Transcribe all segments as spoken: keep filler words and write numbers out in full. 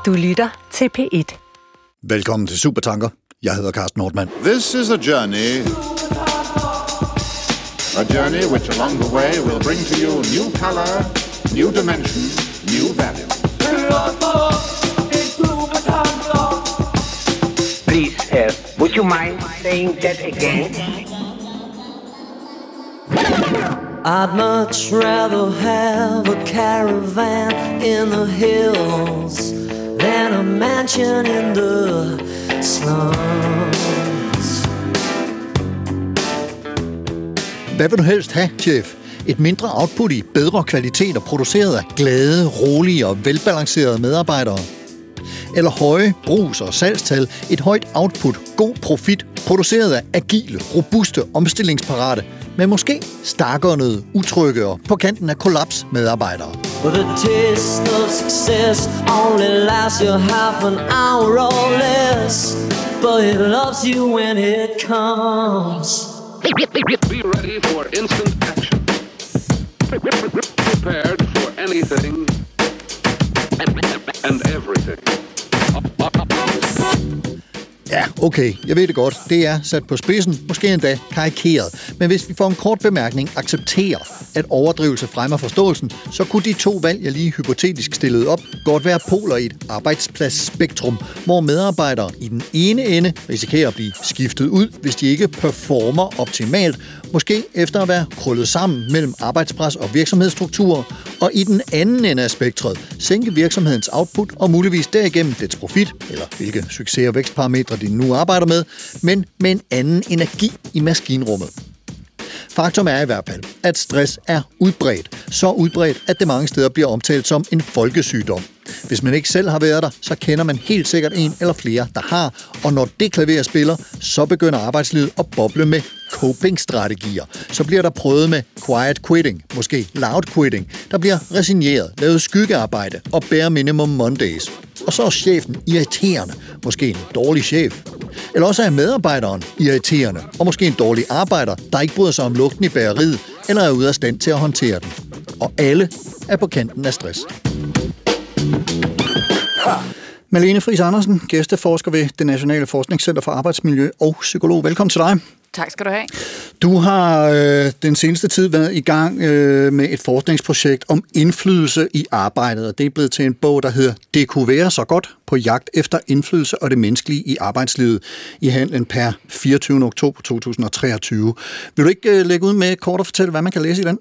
Du lytter til P et. Velkommen til Supertanker. Jeg hedder Carsten Nordmann. This is a journey. A journey which along the way will bring to you new color, new dimension, new value. Please, uh, would you mind saying that again? I'd much rather have a caravan in the hills than a mansion in the slums. Hvad vil du helst have, chef? Et mindre output i bedre kvalitet og produceret af glade, rolige og velbalancerede medarbejdere? Eller høje brugs- og salgstal, et højt output, god profit, produceret af agile, robuste, omstillingsparate, men måske stakkerede, utrygge og på kanten af kollaps medarbejdere? But the taste of success only lasts you half an hour or less, but it loves you when it comes. Be ready for instant action. Prepared for anything and everything. Ja, okay, jeg ved det godt. Det er sat på spidsen, måske endda karikeret. Men hvis vi får en kort bemærkning accepterer, at overdrivelse fremmer forståelsen, så kunne de to valg, jeg lige hypotetisk stillede op, godt være poler i et arbejdspladsspektrum, hvor medarbejdere i den ene ende risikerer at blive skiftet ud, hvis de ikke performer optimalt, måske efter at være krøllet sammen mellem arbejdspres og virksomhedsstrukturer, og i den anden ende af spektret sænke virksomhedens output og muligvis derigennem dets profit, eller hvilke succes- og vækstparametre de nu arbejder med, men med en anden energi i maskinrummet. Faktum er i hvert fald, at stress er udbredt. Så udbredt, at det mange steder bliver omtalt som en folkesygdom. Hvis man ikke selv har været der, så kender man helt sikkert en eller flere, der har. Og når det klaver spiller, så begynder arbejdslivet at boble med coping-strategier. Så bliver der prøvet med quiet quitting, måske loud quitting. Der bliver resigneret, lavet skyggearbejde og bare minimum Mondays. Og så er chefen irriterende, måske en dårlig chef. Eller også er medarbejderen irriterende, og måske en dårlig arbejder, der ikke bryder sig om lugten i bageriet, eller er ude af stand til at håndtere den. Og alle er på kanten af stress. Malene Friis Andersen, gæsteforsker ved det Nationale Forskningscenter for Arbejdsmiljø og Psykolog. Velkommen til dig. Tak skal du have. Du har øh, den seneste tid været i gang øh, med et forskningsprojekt om indflydelse i arbejdet, og det er blevet til en bog, der hedder Det kunne være så godt, på jagt efter indflydelse og det menneskelige i arbejdslivet, i handlen per fireogtyvende oktober to tusind og treogtyve. Vil du ikke øh, lægge ud med kort og fortælle, hvad man kan læse i den?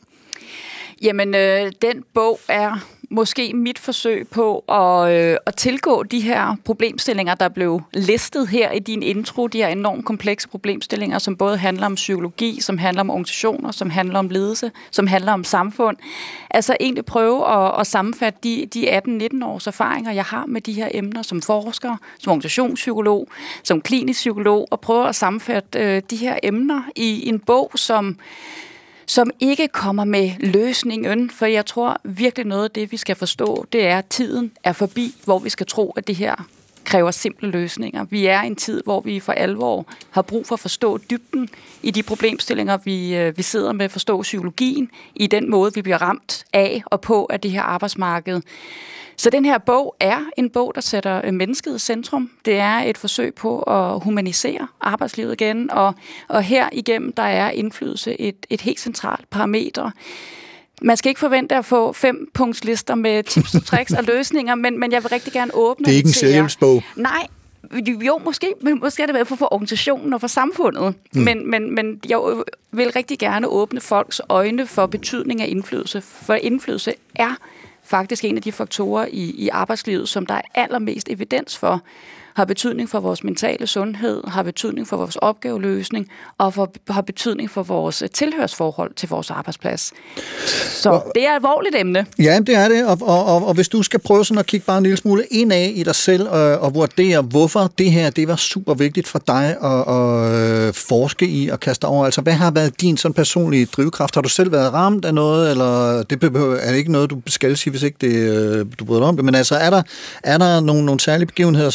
Jamen, øh, den bog er måske mit forsøg på at, øh, at tilgå de her problemstillinger, der blev listet her i din intro. De her enormt komplekse problemstillinger, som både handler om psykologi, som handler om organisationer, som handler om ledelse, som handler om samfund. Altså egentlig prøve at, at sammenfatte de, de atten nitten års erfaringer, jeg har med de her emner som forsker, som organisationspsykolog, som klinisk psykolog, og prøve at sammenfatte øh, de her emner i en bog, som som ikke kommer med løsningen, for jeg tror virkelig noget af det, vi skal forstå, det er, at tiden er forbi, hvor vi skal tro, at det her kræver simple løsninger. Vi er i en tid, hvor vi for alvor har brug for at forstå dybden i de problemstillinger, vi, vi sidder med, forstå psykologien i den måde, vi bliver ramt af og på af det her arbejdsmarked. Så den her bog er en bog, der sætter mennesket i centrum. Det er et forsøg på at humanisere arbejdslivet igen, og, og her igennem der er indflydelse et, et helt centralt parameter. Man skal ikke forvente at få fem punktslister med tips og tricks og løsninger, men, men jeg vil rigtig gerne åbne det. Det er ikke en selvhjælpsbog. Nej. Jo, måske, men måske er det været for, for organisationen og for samfundet. Mm. Men, men, men jeg vil rigtig gerne åbne folks øjne for betydning af indflydelse, for indflydelse er faktisk en af de faktorer i, i arbejdslivet, som der er allermest evidens for, har betydning for vores mentale sundhed, har betydning for vores opgaveløsning, og for, har betydning for vores tilhørsforhold til vores arbejdsplads. Så og, det er et alvorligt emne. Ja, det er det, og, og, og, og hvis du skal prøve sådan at kigge bare en lille smule indad i dig selv, og, og vurdere, hvorfor det her, det var super vigtigt for dig at, at forske i og kaste over. Altså, hvad har været din sådan personlige drivkraft? Har du selv været ramt af noget, eller det behøver, er det ikke noget, du skal sige, hvis ikke det, du bryder dig om det? Men altså, er der, er der nogle, nogle særlige begivenheder, som har fået dig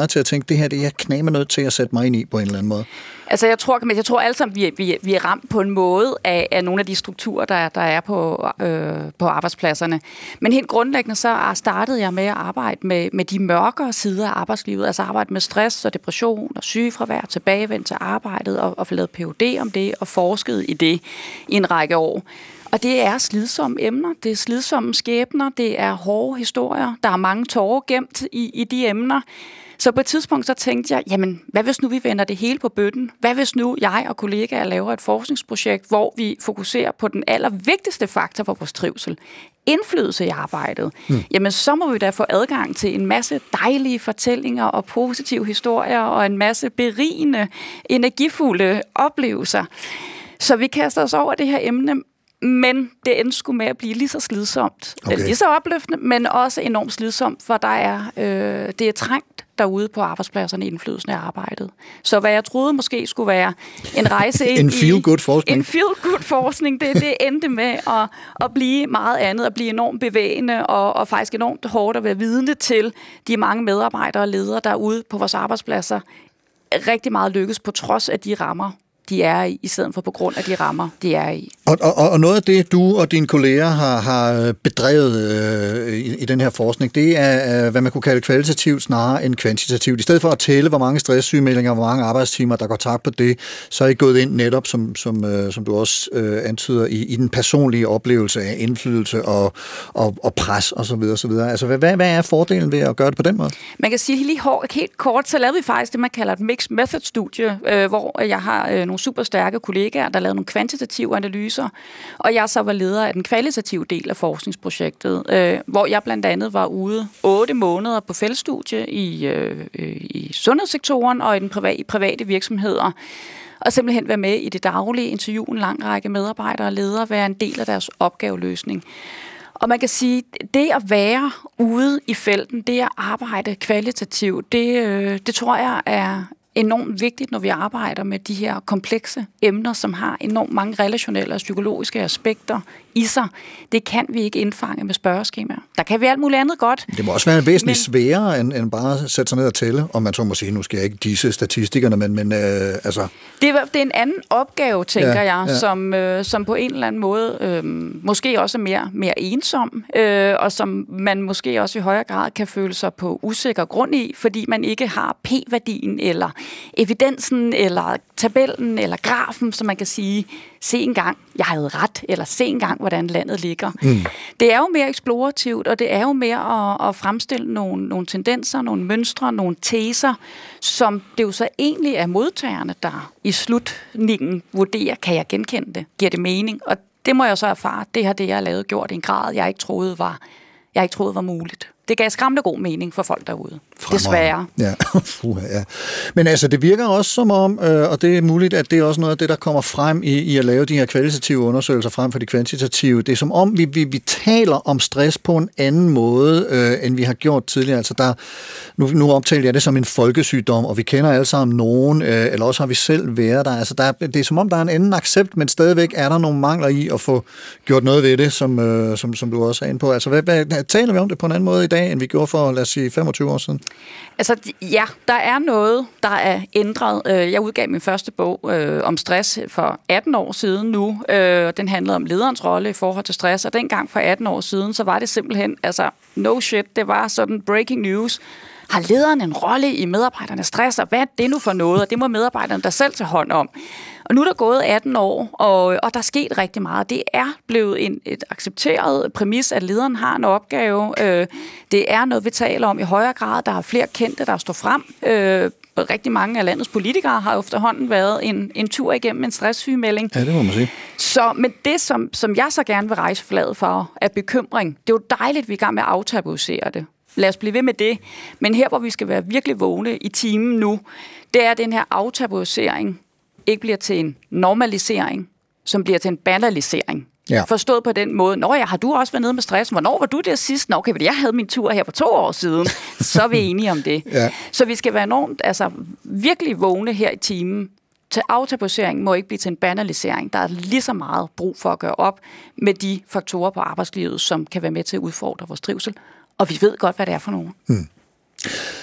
dig til at tænke, det her det er jeg knæmer nødt til at sætte mig ind i på en eller anden måde? Altså jeg tror, jeg tror alle sammen, vi er, vi, vi er ramt på en måde af, af nogle af de strukturer, der, der er på, øh, på arbejdspladserne. Men helt grundlæggende så startede jeg med at arbejde med, med de mørkere sider af arbejdslivet, altså arbejde med stress og depression og sygefravær, tilbagevendt til arbejdet og, og få lavet P H D om det og forsket i det i en række år. Og det er slidsomme emner, det er slidsomme skæbner, det er hårde historier, der er mange tårer gemt i, i de emner. Så på et tidspunkt så tænkte jeg, jamen, hvad hvis nu vi vender det hele på bøtten? Hvad hvis nu jeg og kollegaer laver et forskningsprojekt, hvor vi fokuserer på den allervigtigste faktor for vores trivsel? Indflydelse i arbejdet. Hmm. Jamen, så må vi da få adgang til en masse dejlige fortællinger og positive historier og en masse berigende, energifulde oplevelser. Så vi kaster os over det her emne, men det endte sgu med at blive lige så slidsomt. Okay. Lige så opløftende, men også enormt slidsomt, for der er, øh, det er trængt derude på arbejdspladserne i indflydelsen af arbejdet. Så hvad jeg troede måske skulle være en rejse ind en feel-good forskning. En feel-good forskning, det, det endte med at, at blive meget andet, at blive enormt bevægende og, og faktisk enormt hårdt at være vidne til de mange medarbejdere og ledere derude på vores arbejdspladser. Rigtig meget lykkes på trods af de rammer, de er i, i stedet for på grund af de rammer, de er i. Og, og, og noget af det, du og dine kolleger har, har bedrevet øh, i, i den her forskning, det er, øh, hvad man kunne kalde kvalitativt snarere end kvantitativt. I stedet for at tælle, hvor mange stresssygemeldinger, hvor mange arbejdstimer, der går tabt på det, så er I gået ind netop, som, som, øh, som du også øh, antyder, i, i den personlige oplevelse af indflydelse og, og, og pres osv. osv. Altså, hvad, hvad er fordelen ved at gøre det på den måde? Man kan sige lige hår, helt kort, så lavede vi faktisk det, man kalder et mixed method studie, øh, hvor jeg har øh, nogle super stærke kollegaer, der lavede nogle kvantitative analyser, og jeg så var leder af den kvalitative del af forskningsprojektet, øh, hvor jeg blandt andet var ude otte måneder på feltstudie i, øh, i sundhedssektoren og i den private, private virksomheder, og simpelthen være med i det daglige interview en lang række medarbejdere og ledere, være en del af deres opgaveløsning. Og man kan sige, det at være ude i felten, det at arbejde kvalitativt, det, øh, det tror jeg er enormt vigtigt, når vi arbejder med de her komplekse emner, som har enormt mange relationelle og psykologiske aspekter i sig. Det kan vi ikke indfange med spørgeskemaer. Der kan vi alt muligt andet godt. Det må også være væsentligt men, sværere, end, end bare at sætte sig ned og tælle, og man så må sige, nu skal jeg ikke disse statistikerne, men, men øh, altså... Det er, det er en anden opgave, tænker ja, jeg, ja. Som, øh, som på en eller anden måde øh, måske også er mere, mere ensom, øh, og som man måske også i højere grad kan føle sig på usikker grund i, fordi man ikke har p-værdien, eller evidensen, eller tabellen, eller grafen, som man kan sige, se engang, jeg havde ret, eller se engang, hvordan landet ligger. Mm. Det er jo mere eksplorativt, og det er jo mere at, at fremstille nogle, nogle tendenser, nogle mønstre, nogle teser, som det jo så egentlig er modtagerne, der i slutningen vurderer, kan jeg genkende det? Giver det mening? Og det må jeg så erfare, det har det, jeg har lavet, gjort i en grad, jeg ikke troede var, jeg ikke troede var muligt. Det gav skræmmende god mening for folk derude. Desværre. Ja. ja. Men altså, det virker også som om, øh, og det er muligt, at det er også noget af det, der kommer frem i, i at lave de her kvalitative undersøgelser frem for de kvantitative. Det er som om, vi, vi, vi taler om stress på en anden måde, øh, end vi har gjort tidligere. Altså, der, nu, nu optaler jeg det som en folkesygdom, og vi kender alle sammen nogen, øh, eller også har vi selv været der. Altså, der, det er som om, der er en anden accept, men stadigvæk er der nogle mangler i at få gjort noget ved det, som, øh, som, som du også er inde på. Altså, hvad, hvad, taler vi om det på en anden måde i dag, end vi gjorde for, lad os sige, femogtyve år siden? Altså, ja, der er noget, der er ændret. Jeg udgav min første bog øh, om stress for atten år siden nu. Øh, den handlede om lederens rolle i forhold til stress, og dengang for atten år siden, så var det simpelthen, altså, no shit, det var sådan breaking news. Har lederen en rolle i medarbejdernes stress, og hvad er det nu for noget? Og det må medarbejderne der selv tage hånd om. Og nu er der gået atten år, og, og der er sket rigtig meget. Det er blevet en, et accepteret præmis, at lederen har en opgave. Øh, det er noget, vi taler om i højere grad. Der er flere kendte, der står frem. Øh, rigtig mange af landets politikere har efterhånden været en, en tur igennem en stresssygemelding. Ja, det må man sige. Så, men det, som, som jeg så gerne vil rejse flaget for, er bekymring. Det er jo dejligt, at vi er i gang med at aftabuisere det. Lad os blive ved med det. Men her, hvor vi skal være virkelig vågne i timen nu, det er, at den her aftabuisering ikke bliver til en normalisering, som bliver til en banalisering. Ja. Forstået på den måde, nå ja, har du også været nede med stress? Hvornår var du der sidst? Nå okay, jeg havde min tur her for to år siden. Så er vi enige om det. Ja. Så vi skal være enormt, altså virkelig vågne her i timen. Til aftabuisering må ikke blive til en banalisering. Der er lige så meget brug for at gøre op med de faktorer på arbejdslivet, som kan være med til at udfordre vores trivsel. Og vi ved godt, hvad det er for nogen. Hmm.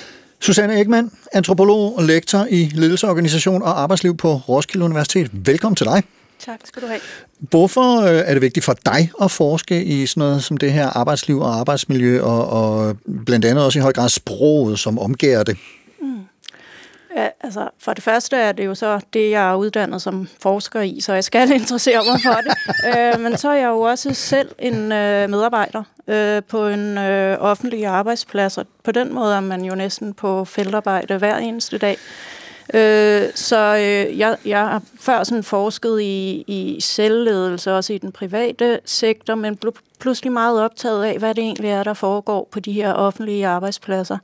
Susanne Ekman, antropolog og lektor i ledelseorganisation og arbejdsliv på Roskilde Universitet. Velkommen til dig. Tak skal du have. Hvorfor er det vigtigt for dig at forske i sådan noget som det her arbejdsliv og arbejdsmiljø, og, og blandt andet også i høj grad sproget, som omgærer det? Mm. Ja, altså, for det første er det jo så det, jeg er uddannet som forsker i, så jeg skal interessere mig for det. øh, men så er jeg jo også selv en øh, medarbejder øh, på en øh, offentlig arbejdsplads, og på den måde er man jo næsten på feltarbejde hver eneste dag. Øh, så øh, jeg, jeg har før sådan forsket i, i selvledelse, også i den private sektor, men blev pludselig meget optaget af, hvad det egentlig er, der foregår på de her offentlige arbejdspladser.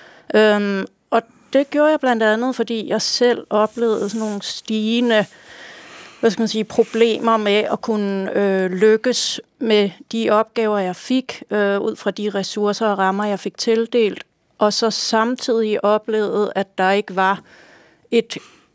Øh, og det gjorde jeg blandt andet, fordi jeg selv oplevede sådan nogle stigende, hvad skal man sige, problemer med at kunne øh, lykkes med de opgaver, jeg fik, øh, ud fra de ressourcer og rammer, jeg fik tildelt, og så samtidig oplevede, at der ikke var et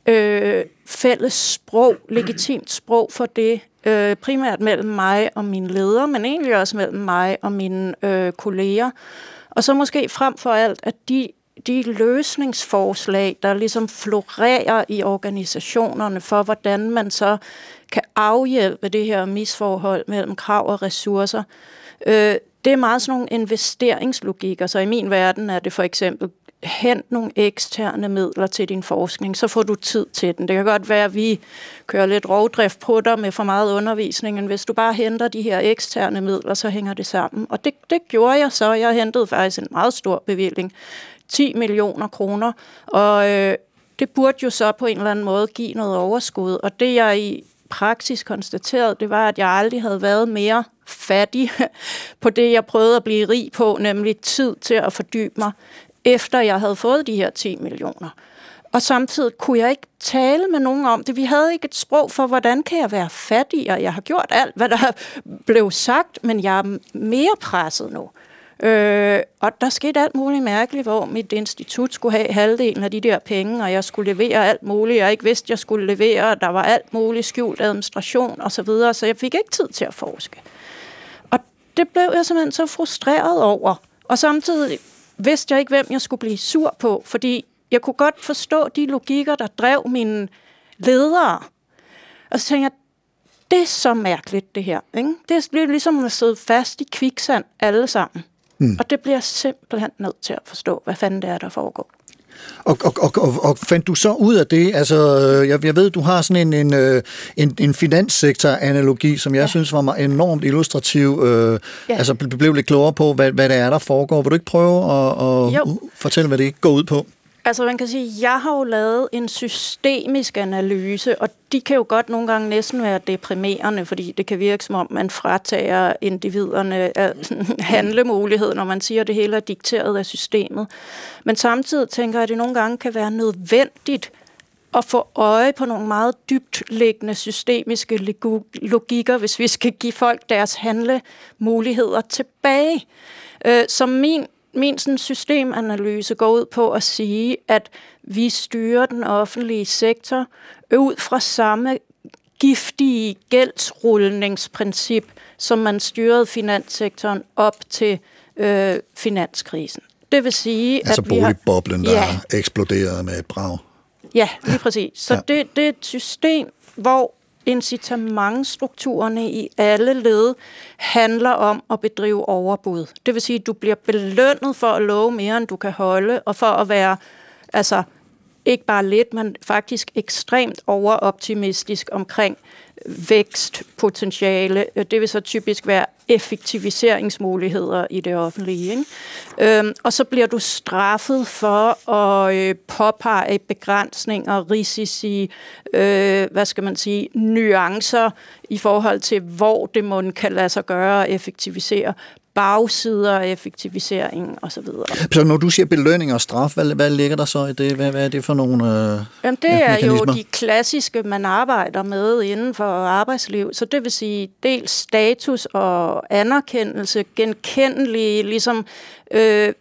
øh, fælles sprog, legitimt sprog for det, øh, primært mellem mig og mine ledere, men egentlig også mellem mig og mine øh, kolleger. Og så måske frem for alt, at de, de løsningsforslag, der ligesom florerer i organisationerne for, hvordan man så kan afhjælpe det her misforhold mellem krav og ressourcer, øh, det er meget sådan nogle investeringslogikker. Så i min verden er det for eksempel hent nogle eksterne midler til din forskning, så får du tid til den. Det kan godt være, at vi kører lidt rovdrift på dig med for meget undervisning, men hvis du bare henter de her eksterne midler, så hænger det sammen. Og det, det gjorde jeg så. Jeg hentede faktisk en meget stor bevilling, ti millioner kroner, og øh, det burde jo så på en eller anden måde give noget overskud. Og det jeg i praksis konstaterede, det var, at jeg aldrig havde været mere fattig på det, jeg prøvede at blive rig på, nemlig tid til at fordybe mig, efter jeg havde fået de her ti millioner. Og samtidig kunne jeg ikke tale med nogen om det. Vi havde ikke et sprog for, hvordan kan jeg være fattig, og jeg har gjort alt, hvad der blev sagt, men jeg er mere presset nu. Øh, og der skete alt muligt mærkeligt, hvor mit institut skulle have halvdelen af de der penge, og jeg skulle levere alt muligt, jeg ikke vidste, jeg skulle levere, og der var alt muligt skjult administration osv., så, videre, så jeg fik ikke tid til at forske. Og det blev jeg simpelthen så frustreret over. Og samtidig vidste jeg ikke, hvem jeg skulle blive sur på, fordi jeg kunne godt forstå de logikker, der drev mine ledere. Og så tænkte jeg, det er så mærkeligt, det her. Ikke? Det bliver ligesom at sidde fast i kviksand alle sammen. Mm. Og det bliver jeg simpelthen nødt til at forstå, hvad fanden det er, der foregår. Og, og, og, og, og fandt du så ud af det? Altså, jeg, jeg ved, du har sådan en, en, en, en finanssektor-analogi, som jeg ja. synes var enormt illustrativ. Øh, ja. Altså, blev lidt klogere på, hvad, hvad det er, der foregår. Vil du ikke prøve at, at fortælle, hvad det går ud på? Altså, man kan sige, jeg har jo lavet en systemisk analyse, og de kan jo godt nogle gange næsten være deprimerende, fordi det kan virke som om, man fratager individerne handlemulighed, når man siger, at det hele er dikteret af systemet. Men samtidig tænker jeg, at det nogle gange kan være nødvendigt at få øje på nogle meget dybtliggende systemiske logikker, hvis vi skal give folk deres handlemuligheder tilbage. Som min Min sådan, systemanalyse går ud på at sige, at vi styrer den offentlige sektor ud fra samme giftige gældsrulningsprincip, som man styrede finanssektoren op til øh, finanskrisen. Det vil sige, altså at vi har... Altså boligboblen, der ja. eksploderede med et brag. Ja, lige præcis. Så ja. det, det er et system, hvor incitamentsstrukturerne i alle led handler om at bedrive overbud. Det vil sige, at du bliver belønnet for at love mere, end du kan holde, og for at være, altså ikke bare lidt, men faktisk ekstremt overoptimistisk omkring vækstpotentiale. Det vil så typisk være effektiviseringsmuligheder i det offentlige. Ikke? Øhm, og så bliver du straffet for at øh, påpege begrænsninger, risici, øh, hvad skal man sige, nuancer i forhold til, hvor det må kan lade sig gøre at effektivisere, bagsider af effektiviseringen osv. Så når du siger belønning og straf, hvad, hvad ligger der så i det? Hvad, hvad er det for nogle øh, Jamen, det er jo de klassiske, man arbejder med inden for arbejdsliv. Så det vil sige dels status og anerkendelse, genkendelige ligesom, øh,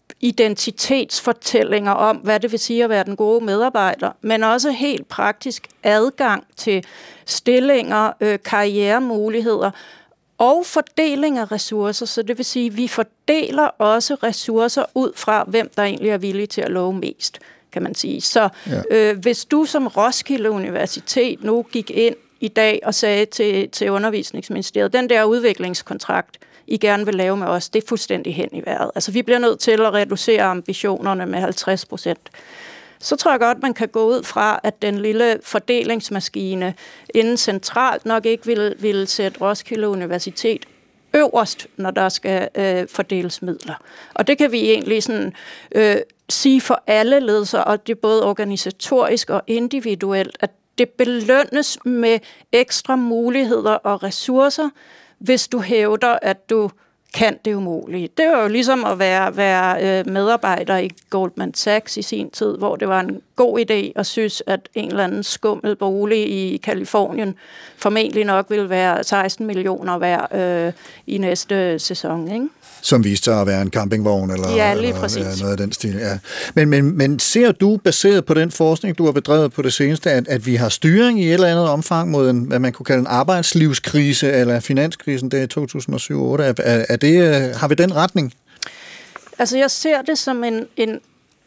identitetsfortællinger om, hvad det vil sige at være den gode medarbejder, men også helt praktisk adgang til stillinger, øh, karrieremuligheder. og fordeling af ressourcer, så det vil sige, at vi fordeler også ressourcer ud fra, hvem der egentlig er villig til at love mest, kan man sige. Så ja. øh, hvis du som Roskilde Universitet nu gik ind i dag og sagde til, til Undervisningsministeriet, den der udviklingskontrakt, I gerne vil lave med os, det er fuldstændig hen i vejret. Altså, vi bliver nødt til at reducere ambitionerne med halvtreds procent. Så tror jeg godt, man kan gå ud fra, at den lille fordelingsmaskine inden centralt nok ikke vil, vil sætte Roskilde Universitet øverst, når der skal øh, fordeles midler. Og det kan vi egentlig sådan, øh, sige for alle ledelser, og det er både organisatorisk og individuelt, at det belønnes med ekstra muligheder og ressourcer, hvis du hævder, at du kan det umulige. Det var jo ligesom at være, være medarbejder i Goldman Sachs i sin tid, hvor det var en god idé at synes, at en eller anden skummel bolig i Kalifornien formentlig nok vil være seksten millioner værd øh, i næste sæson, ikke? Som viste sig at være en campingvogn eller, ja, lige eller præcis. noget af den stil. Ja. Men, men, men ser du, baseret på den forskning, du har bedrevet på det seneste, at, at vi har styring i et eller andet omfang mod en, hvad man kunne kalde en arbejdslivskrise eller finanskrisen der i to tusind og syv otte? Er, er det, har vi den retning? Altså, jeg ser det som en, en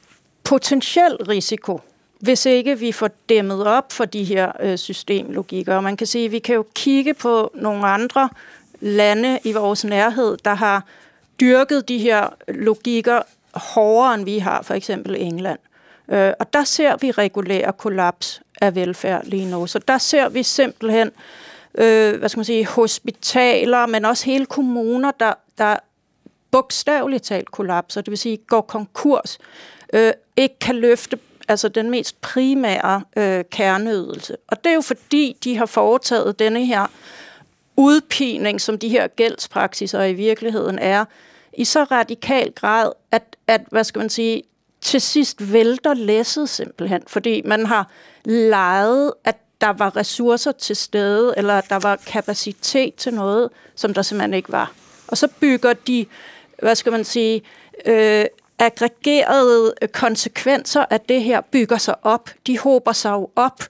potentiel risiko, hvis ikke vi får dæmmet op for de her øh, systemlogikker. Og man kan sige, at vi kan jo kigge på nogle andre lande i vores nærhed, der har dyrket de her logikker hårdere, end vi har, for eksempel England. Øh, og der ser vi regulær kollaps af velfærd lige nu. Så der ser vi simpelthen, øh, hvad skal man sige, hospitaler, men også hele kommuner, der, der bogstaveligt talt kollapser, det vil sige går konkurs, øh, ikke kan løfte altså den mest primære øh, kerneydelse. Og det er jo fordi, de har foretaget denne her udpining, som de her gældspraksiser i virkeligheden er, i så radikal grad, at, at hvad skal man sige, til sidst vælter læsset simpelthen, fordi man har lejet, at der var ressourcer til stede, eller at der var kapacitet til noget, som der simpelthen ikke var. Og så bygger de, hvad skal man sige, øh, aggregerede konsekvenser af det her bygger sig op. De håber sig jo op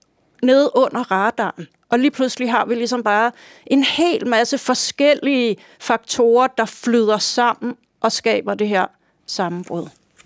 ned under radaren. Og lige pludselig har vi ligesom bare en hel masse forskellige faktorer, der flyder sammen og skaber det her sammenbrud.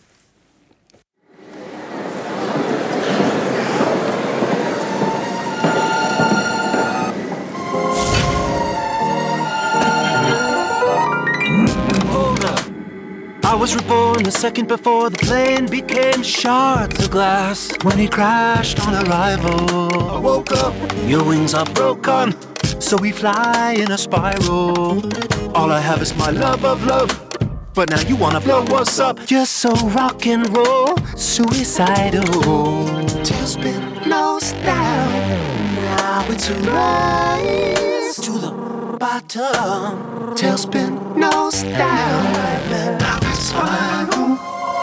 I was reborn a second before the plane became shards of glass. When it crashed on arrival, I woke up, your wings are broken, so we fly in a spiral. All I have is my love of love, but now you wanna blow what's up. You're so rock and roll, suicidal. Tailspin, nose down, now it's a rise to the bottom. Tailspin, nose down, now it's spiral.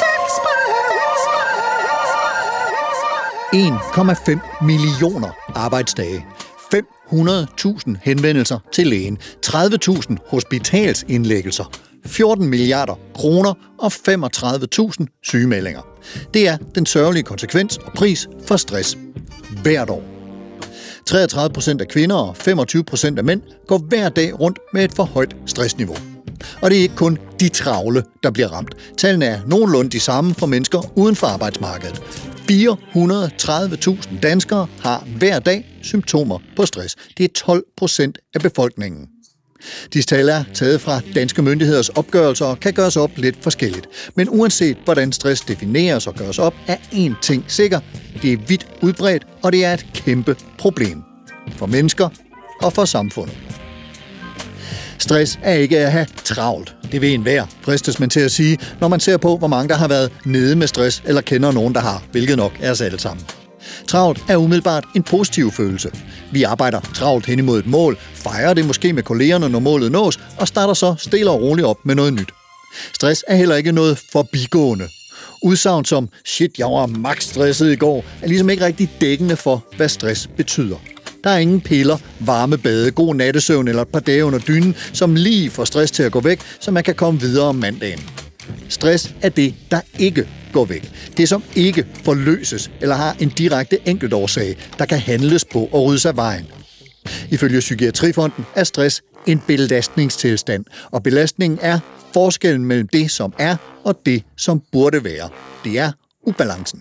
en komma fem millioner arbejdsdage, fem hundrede tusind henvendelser til lægen, tredive tusind hospitalsindlæggelser, fjorten milliarder kroner og femogtredive tusind sygemeldinger. Det er den sørgelige konsekvens og pris for stress hvert år. treogtredive procent af kvinder og femogtyve procent af mænd går hver dag rundt med et for højt stressniveau. Og det er ikke kun de travle, der bliver ramt. Tallene er nogenlunde de samme for mennesker uden for arbejdsmarkedet. fire hundrede og tredive tusind danskere har hver dag symptomer på stress. Det er tolv procent af befolkningen. Disse tal er taget fra danske myndigheders opgørelser og kan gøres op lidt forskelligt. Men uanset hvordan stress defineres og gøres op, er én ting sikker. Det er vidt udbredt, og det er et kæmpe problem. For mennesker og for samfundet. Stress er ikke at have travlt. Det vil enhver, fristes man til at sige, når man ser på, hvor mange der har været nede med stress, eller kender nogen, der har, hvilket nok er os alle sammen. Travlt er umiddelbart en positiv følelse. Vi arbejder travlt hen imod et mål, fejrer det måske med kollegerne, når målet nås, og starter så stille og roligt op med noget nyt. Stress er heller ikke noget forbigående. Udsagn som, shit, jeg var max stresset i går, er ligesom ikke rigtig dækkende for, hvad stress betyder. Der er ingen piller, varme bade, god nattesøvn eller et par dage under dynen, som lige får stress til at gå væk, så man kan komme videre om mandagen. Stress er det, der ikke går væk. Det, som ikke forløses eller har en direkte enkeltårsag, der kan handles på og ryddes af vejen. Ifølge Psykiatrifonden er stress en belastningstilstand, og belastningen er forskellen mellem det, som er, og det, som burde være. Det er ubalancen.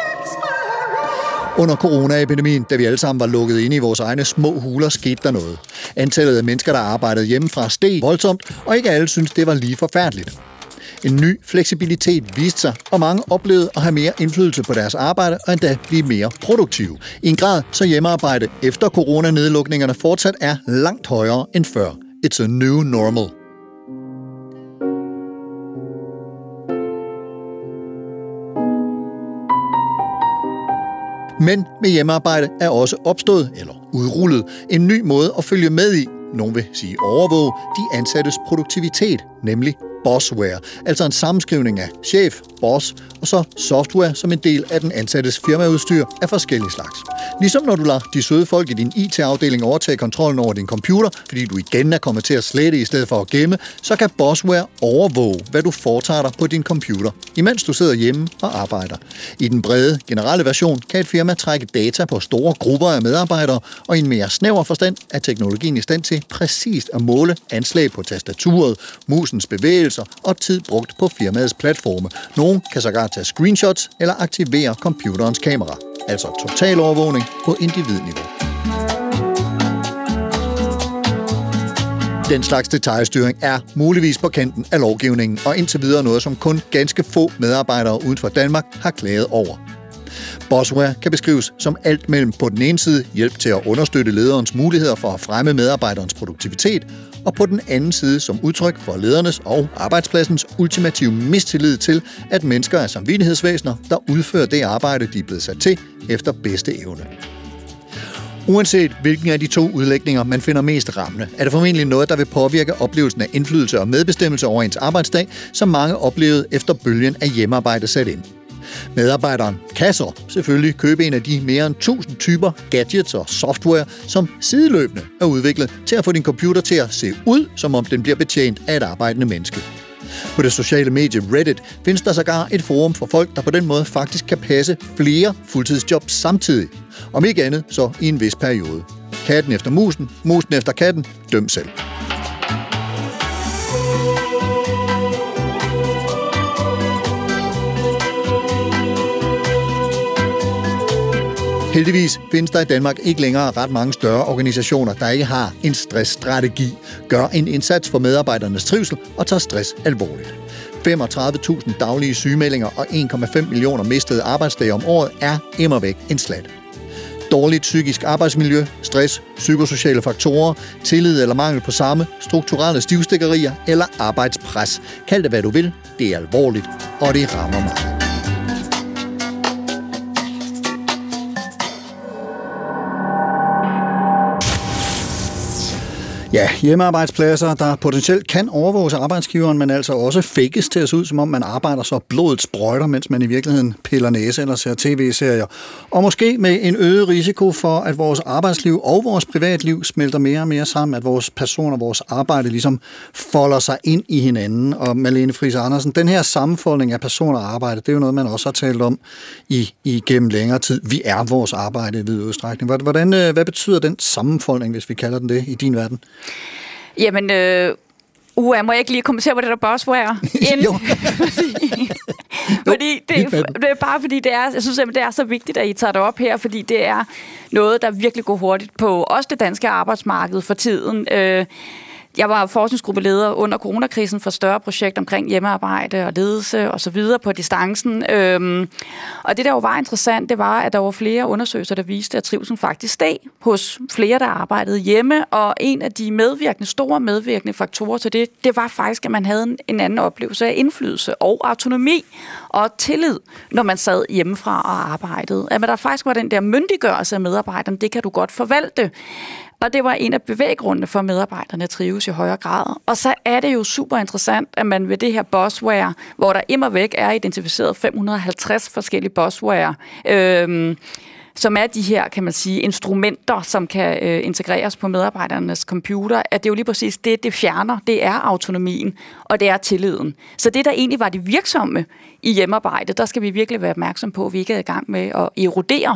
Under coronaepidemien, da vi alle sammen var lukket inde i vores egne små huler, skete der noget. Antallet af mennesker, der arbejdede hjemmefra, steg voldsomt, og ikke alle syntes, det var lige forfærdeligt. En ny fleksibilitet viste sig, og mange oplevede at have mere indflydelse på deres arbejde og endda blive mere produktive. I en grad, så hjemmearbejde efter coronanedlukningerne fortsat er langt højere end før. It's a new normal. Men med hjemmearbejde er også opstået, eller udrullet, en ny måde at følge med i, nogen vil sige overvåge, de ansattes produktivitet, nemlig Bossware, altså en sammenskrivning af chef, boss og så software som en del af den ansattes firmaudstyr af forskellige slags. Ligesom når du lader de søde folk i din I T-afdeling overtage kontrollen over din computer, fordi du igen er kommet til at slette i stedet for at gemme, så kan Bossware overvåge, hvad du foretager dig på din computer, imens du sidder hjemme og arbejder. I den brede, generelle version kan et firma trække data på store grupper af medarbejdere, og i en mere snæver forstand er teknologien i stand til præcist at måle anslag på tastaturet, musens bevægelser og tid brugt på firmaets platforme. Nogle kan sågar tage screenshots eller aktivere computerens kamera. Altså total overvågning på individniveau. Den slags detailstyring er muligvis på kanten af lovgivningen, og indtil videre noget, som kun ganske få medarbejdere uden for Danmark har klaget over. Bossware kan beskrives som alt mellem på den ene side hjælp til at understøtte lederens muligheder for at fremme medarbejderens produktivitet, og på den anden side som udtryk for ledernes og arbejdspladsens ultimative mistillid til, at mennesker er samvittighedsvæsener, der udfører det arbejde, de er blevet sat til efter bedste evne. Uanset hvilken af de to udlægninger man finder mest rammende, er det formentlig noget, der vil påvirke oplevelsen af indflydelse og medbestemmelse over ens arbejdsdag, som mange oplevede efter bølgen af hjemmearbejde sat ind. Medarbejderen kan så selvfølgelig købe en af de mere end tusind typer gadgets og software, som sideløbende er udviklet til at få din computer til at se ud, som om den bliver betjent af et arbejdende menneske. På det sociale medie Reddit findes der sågar et forum for folk, der på den måde faktisk kan passe flere fuldtidsjobs samtidig. Om ikke andet, så i en vis periode. Katten efter musen, musen efter katten, døm selv. Heldigvis findes der i Danmark ikke længere ret mange større organisationer, der ikke har en stressstrategi, gør en indsats for medarbejdernes trivsel og tager stress alvorligt. femogtredive tusind daglige sygemeldinger og en komma fem millioner mistede arbejdsdage om året er immervæk en slat. Dårligt psykisk arbejdsmiljø, stress, psykosociale faktorer, tillid eller mangel på samme, strukturelle stivstikkerier eller arbejdspres. Kald det hvad du vil, det er alvorligt, og det rammer mange. Ja, hjemmearbejdspladser, der potentielt kan overvåges af arbejdsgiveren, men altså også fakes til at se ud, som om man arbejder så blodet sprøjter, mens man i virkeligheden piller næse eller ser tv-serier. Og måske med en øget risiko for, at vores arbejdsliv og vores privatliv smelter mere og mere sammen, at vores personer, vores arbejde ligesom folder sig ind i hinanden. Og Malene Friis Andersen, den her sammenfoldning af personer og arbejde, det er jo noget, man også har talt om i, i gennem længere tid. Vi er vores arbejde i vid udstrækning. Hvordan, hvad betyder den sammenfoldning, hvis vi kalder den det, i din verden? Jamen, øh, uh, jeg må ikke lige kommentere på det der Bossware. Jo. fordi det, det er bare fordi, det er, jeg synes simpelthen, det er så vigtigt, at I tager det op her, fordi det er noget, der virkelig går hurtigt på også det danske arbejdsmarked for tiden. Øh, Jeg var forskningsgruppeleder under coronakrisen for større projekt omkring hjemmearbejde og ledelse og så videre på distancen. Øhm, og det, der jo var interessant, det var, at der var flere undersøgelser, der viste, at trivselen faktisk steg hos flere, der arbejdede hjemme. Og en af de medvirkende, store medvirkende faktorer til det, det var faktisk, at man havde en, en anden oplevelse af indflydelse og autonomi og tillid, når man sad hjemmefra og arbejdede. At der faktisk var den der myndiggørelse af medarbejderne, det kan du godt forvalte. Og det var en af bevæggrundene for, at medarbejderne trives i højere grad. Og så er det jo super interessant, at man ved det her Bossware, hvor der immervæk er identificeret fem hundrede og halvtreds forskellige Bossware, øhm, som er de her, kan man sige, instrumenter, som kan øh, integreres på medarbejdernes computer, at det er jo lige præcis det, det fjerner. Det er autonomien, og det er tilliden. Så det, der egentlig var det virksomme i hjemmearbejde, der skal vi virkelig være opmærksom på, at vi ikke er i gang med at erodere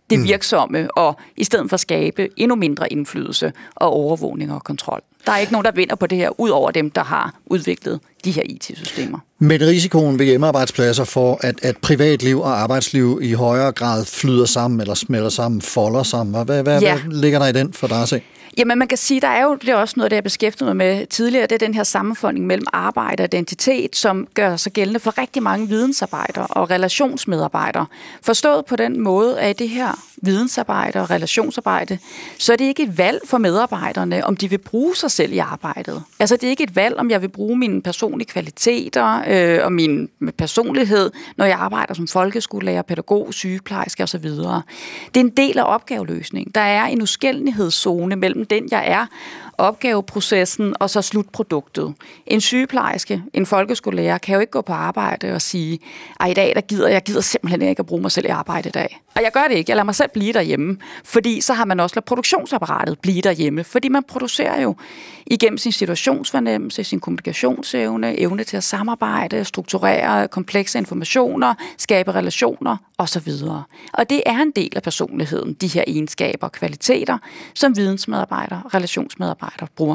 det virksomme, og i stedet for skabe endnu mindre indflydelse og overvågning og kontrol. Der er ikke nogen, der vinder på det her, ud over dem, der har udviklet de her I T-systemer. Men risikoen ved hjemmearbejdspladser for, at, at privatliv og arbejdsliv i højere grad flyder sammen, eller smelter sammen, folder sammen, hvad, hvad, ja. hvad ligger der i den for dig at se? Jamen, man kan sige, der er jo det er også noget, der jeg beskæftiget mig med tidligere, det er den her sammenfoldning mellem arbejde og identitet, som gør sig gældende for rigtig mange vidensarbejdere og relationsmedarbejdere. Forstået på den måde, at det her vidensarbejde og relationsarbejde, så er det ikke et valg for medarbejderne, om de vil bruge sig selv i arbejdet. Altså, det er ikke et valg, om jeg vil bruge mine personlige kvaliteter øh, og min personlighed, når jeg arbejder som folkeskolelærer, pædagog, sygeplejerske osv. Det er en del af opgaveløsningen. Der er en uskældenhedszone mellem den, jeg er, opgaveprocessen og så slutproduktet. En sygeplejerske, en folkeskolelærer, kan jo ikke gå på arbejde og sige, ej, i dag der gider jeg gider simpelthen ikke at bruge mig selv i arbejde i dag. Og jeg gør det ikke. Jeg lader mig selv blive derhjemme, fordi så har man også ladet produktionsapparatet blive derhjemme, fordi man producerer jo igennem sin situationsfornemmelse, sin kommunikationsevne, evne til at samarbejde, strukturere komplekse informationer, skabe relationer osv. Og det er en del af personligheden, de her egenskaber og kvaliteter, som vidensmedarbejdere og relationsmedarbejdere bruger.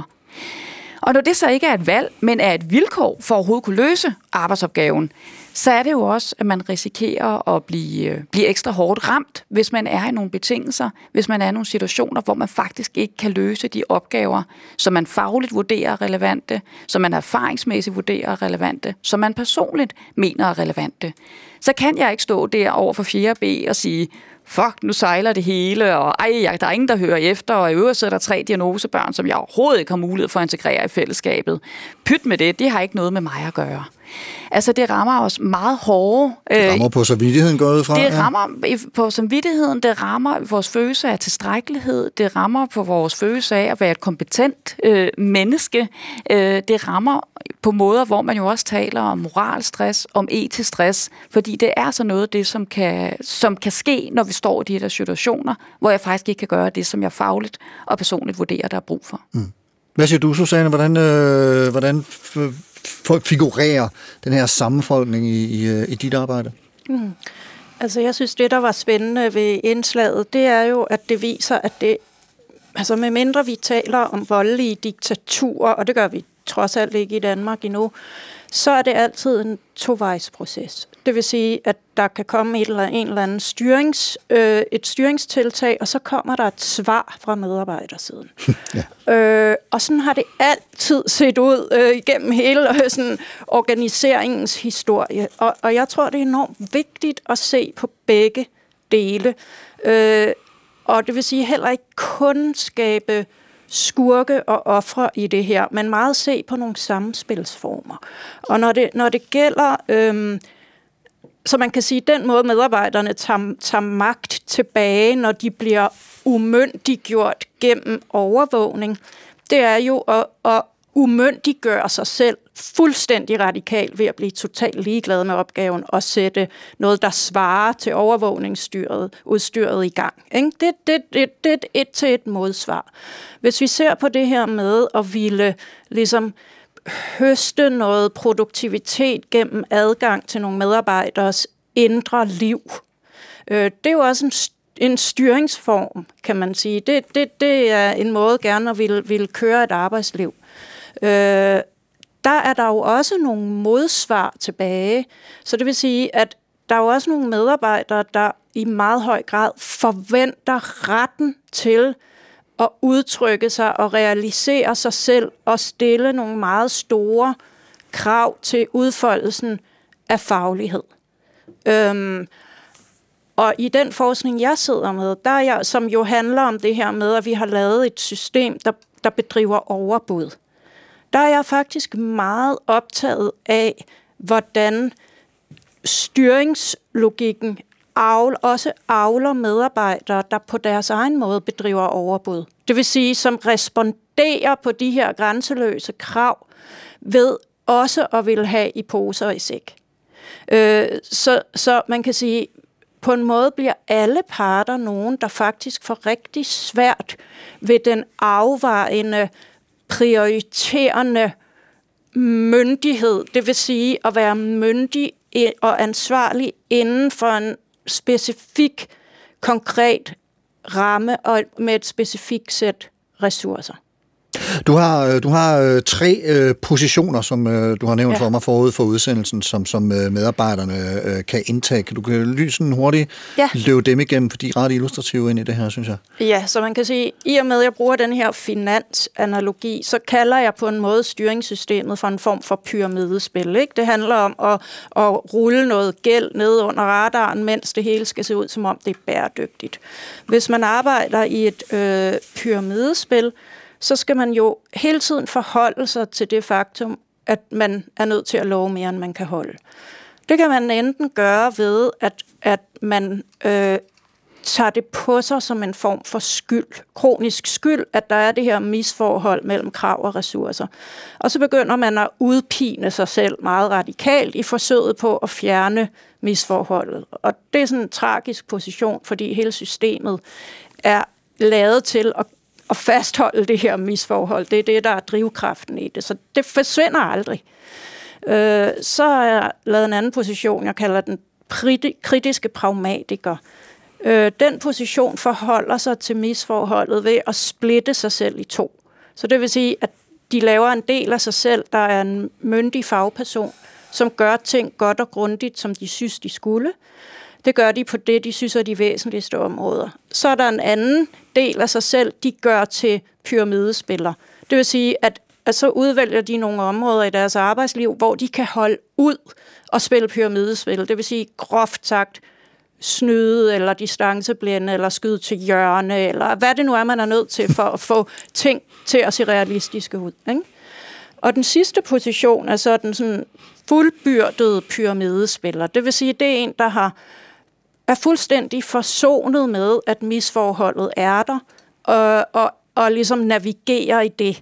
Og når det så ikke er et valg, men er et vilkår for at overhovedet kunne løse arbejdsopgaven, så er det jo også, at man risikerer at blive, blive ekstra hårdt ramt, hvis man er i nogle betingelser, hvis man er i nogle situationer, hvor man faktisk ikke kan løse de opgaver, som man fagligt vurderer er relevante, som man erfaringsmæssigt vurderer er relevante, som man personligt mener er relevante. Så kan jeg ikke stå der over for fjerde B og sige, fuck, nu sejler det hele, og ej, der er ingen, der hører efter, og i øvrigt så er der tre diagnosebørn, som jeg overhovedet ikke har mulighed for at integrere i fællesskabet. Pyt med det, det har ikke noget med mig at gøre. Altså, det rammer os meget hårde. Det rammer på samvittigheden gået fra. Det rammer ja. på samvittigheden, det rammer vores følelse af tilstrækkelighed, det rammer på vores følelse af at være et kompetent øh, menneske, øh, det rammer på måder, hvor man jo også taler om moralstress, om etisk stress, fordi det er så noget af det, som kan, som kan ske, når vi står i de her situationer, hvor jeg faktisk ikke kan gøre det, som jeg fagligt og personligt vurderer, der er brug for. Mm. Hvad siger du, Susanne? Hvordan, øh, hvordan f- figurerer den her sammenfoldning i, i, i dit arbejde? Mm. Altså, jeg synes, det, der var spændende ved indslaget, det er jo, at det viser, at det, altså med mindre vi taler om voldelige diktaturer, og det gør vi trods alt ikke i Danmark endnu, så er det altid en tovejsproces. Det vil sige, at der kan komme et eller, en eller anden styrings, øh, et styringstiltag, og så kommer der et svar fra medarbejdersiden. ja. øh, og sådan har det altid set ud øh, igennem hele øh, sådan, organiseringens historie. Og, og jeg tror, det er enormt vigtigt at se på begge dele. Øh, og det vil sige heller ikke kun skabe skurke og ofre i det her, men meget se på nogle samspilsformer. Og når det, når det gælder, øhm, så man kan sige, den måde medarbejderne tager, tager magt tilbage, når de bliver umyndiggjort gennem overvågning, det er jo at, at umyndiggøre sig selv fuldstændig radikalt ved at blive totalt ligeglad med opgaven og sætte noget, der svarer til overvågningsstyret, udstyret i gang. Ikke? Det, det, det, det er et et til et modsvar. Hvis vi ser på det her med at ville ligesom høste noget produktivitet gennem adgang til nogle medarbejderes indre liv, øh, det er jo også en en styringsform, kan man sige. Det, det, det er en måde gerne at ville, ville køre et arbejdsliv. Øh, der er der jo også nogle modsvar tilbage. Så det vil sige, at der er jo også nogle medarbejdere, der i meget høj grad forventer retten til at udtrykke sig og realisere sig selv og stille nogle meget store krav til udfoldelsen af faglighed. Øhm, Og i den forskning, jeg sidder med, der er jeg, som jo handler om det her med, at vi har lavet et system, der, der bedriver overbud. Der er jeg faktisk meget optaget af, hvordan styringslogikken avl, også avler medarbejdere, der på deres egen måde bedriver overbud. Det vil sige, som responderer på de her grænseløse krav, ved også at vil have i poser og i sæk. Øh, så, så man kan sige, på en måde bliver alle parter nogen, der faktisk får rigtig svært ved den afvejende, prioriterende myndighed. Det vil sige at være myndig og ansvarlig inden for en specifik konkret ramme og med et specifikt sæt ressourcer. Du har, du har tre øh, positioner, som øh, du har nævnt ja. for mig forud for udsendelsen, som, som øh, medarbejderne øh, kan indtage. Kan du kan lige sådan hurtigt ja. løbe dem igennem, for de er ret illustrative ind i det her, synes jeg. Ja, så man kan sige, i og med, at jeg bruger den her finansanalogi, så kalder jeg på en måde styringssystemet for en form for pyramidespil. Ikke? Det handler om at, at rulle noget gæld ned under radaren, mens det hele skal se ud, som om det er bæredygtigt. Hvis man arbejder i et øh, pyramidespil, så skal man jo hele tiden forholde sig til det faktum, at man er nødt til at love mere, end man kan holde. Det kan man enten gøre ved, at, at man øh, tager det på sig som en form for skyld, kronisk skyld, at der er det her misforhold mellem krav og ressourcer. Og så begynder man at udpine sig selv meget radikalt i forsøget på at fjerne misforholdet. Og det er sådan en tragisk position, fordi hele systemet er lavet til at at fastholde det her misforhold. Det er det, der er drivkraften i det. Så det forsvinder aldrig. Øh, så har jeg lavet en anden position, jeg kalder den kritiske pragmatiker. Øh, den position forholder sig til misforholdet ved at splitte sig selv i to. Så det vil sige, at de laver en del af sig selv, der er en myndig fagperson, som gør ting godt og grundigt, som de synes, de skulle. Det gør de på det, de synes er de væsentligste områder. Så er der en anden del af sig selv, de gør til pyramidespiller. Det vil sige, at, at så udvælger de nogle områder i deres arbejdsliv, hvor de kan holde ud og spille pyramidespil. Det vil sige, groft sagt, snyde eller distanceblænde eller skyde til hjørne, eller hvad det nu er, man er nødt til for at få ting til at se realistiske ud. Ikke? Og den sidste position er så den sådan fuldbyrdede pyramidespiller. Det vil sige, det er en, der har er fuldstændig forsonet med, at misforholdet er der, og, og, og ligesom navigerer i det.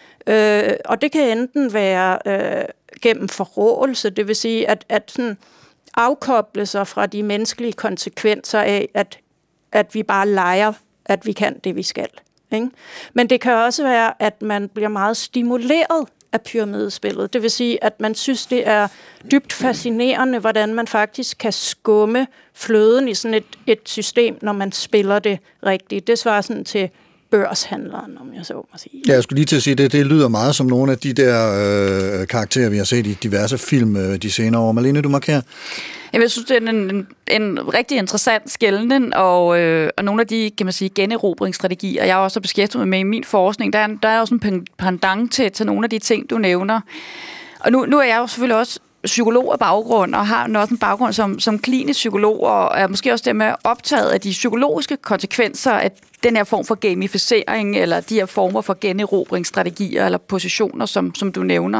Øh, og det kan enten være øh, gennem forrådelse, det vil sige, at, at sådan afkoble sig fra de menneskelige konsekvenser af, at, at vi bare leger, at vi kan det, vi skal. Ikke? Men det kan også være, at man bliver meget stimuleret af pyramidespillet. Det vil sige, at man synes, det er dybt fascinerende, hvordan man faktisk kan skumme fløden i sådan et, et system, når man spiller det rigtigt. Det svarer sådan til børshandleren, om jeg så må sige. Ja, jeg skulle lige til at sige, det, det lyder meget som nogle af de der øh, karakterer, vi har set i diverse film øh, de senere år. Malene, du markerer? Jeg synes, det er en, en, en rigtig interessant skelnen, og, øh, og nogle af de, kan man sige, generobringsstrategier, jeg også har beskæftiget med i min forskning, der er, der er også en pendant til, til nogle af de ting, du nævner. Og nu, nu er jeg jo selvfølgelig også psykolog af baggrund, og har også en baggrund som, som klinisk psykolog, og er måske også dermed optaget af de psykologiske konsekvenser af den her form for gamificering, eller de her former for generobringsstrategier, eller positioner, som, som du nævner.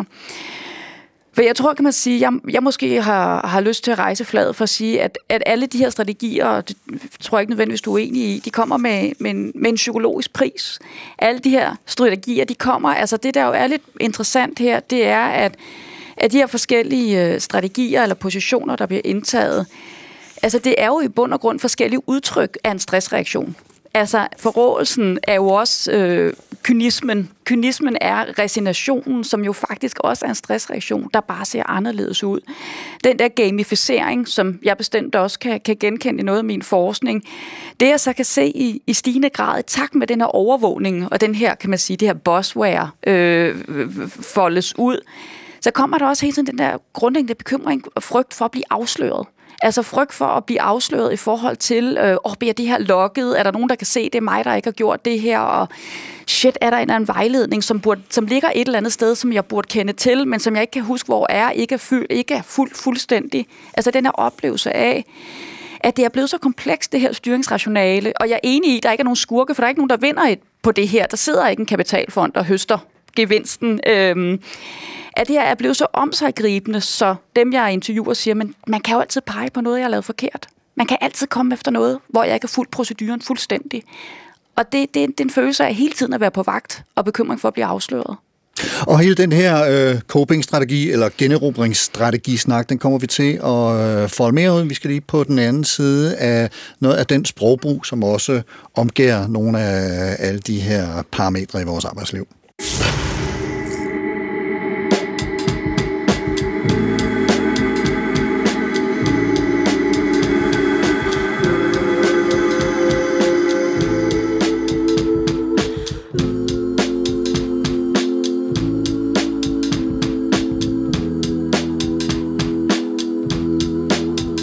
For jeg tror, kan man sige, jeg, jeg måske har, har lyst til at rejse fladet for at sige, at, at alle de her strategier, og det tror jeg ikke nødvendigvis, du er enig i, de kommer med, med, en, med en psykologisk pris. Alle de her strategier, de kommer, altså det, der jo er lidt interessant her, det er, at, at de her forskellige strategier eller positioner, der bliver indtaget, altså det er jo i bund og grund forskellige udtryk af en stressreaktion. Altså, forrådelsen er jo også øh, kynismen. Kynismen er resignationen, som jo faktisk også er en stressreaktion, der bare ser anderledes ud. Den der gamificering, som jeg bestemt også kan, kan genkende i noget af min forskning, det jeg så kan se i, i stigende grad, i takt med den her overvågning, og den her, kan man sige, det her bossware øh, foldes ud, så kommer der også hele tiden den der grundlæggende bekymring og frygt for at blive afsløret. Altså frygt for at blive afsløret i forhold til, øh, åh, bliver det her logget? Er der nogen, der kan se, det er mig, der ikke har gjort det her? Og shit, er der en eller anden vejledning, som, burde, som ligger et eller andet sted, som jeg burde kende til, men som jeg ikke kan huske, hvor er, ikke er, fuld, ikke er fuld, fuldstændig. Altså den her oplevelse af, at det er blevet så komplekst, det her styringsrationale. Og jeg er enig i, at der ikke er nogen skurke, for der er ikke nogen, der vinder et på det her. Der sidder ikke en kapitalfond, der høster gevinsten. Øhm, at det her er blevet så omsaggribende, så dem, jeg interviewer, siger, men man kan jo altid pege på noget, jeg har lavet forkert. Man kan altid komme efter noget, hvor jeg ikke har fulgt proceduren fuldstændig. Og det, det, det er en følelse af hele tiden at være på vagt og bekymring for at blive afsløret. Og hele den her øh, coping-strategi eller generobringsstrategi-snak, den kommer vi til at øh, folde mere ud. Vi skal lige på den anden side af noget af den sprogbrug, som også omgær nogle af alle de her parametre i vores arbejdsliv.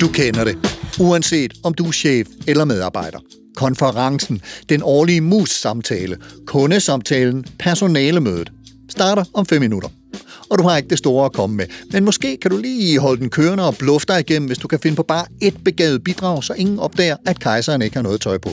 Du kender det, uanset om du er chef eller medarbejder. Konferencen, den årlige mus-samtale, kundesamtalen, personalemødet starter om fem minutter. Og du har ikke det store at komme med, men måske kan du lige holde den kørende og bluffe dig igennem, hvis du kan finde på bare et begavet bidrag, så ingen opdager, at kejseren ikke har noget tøj på.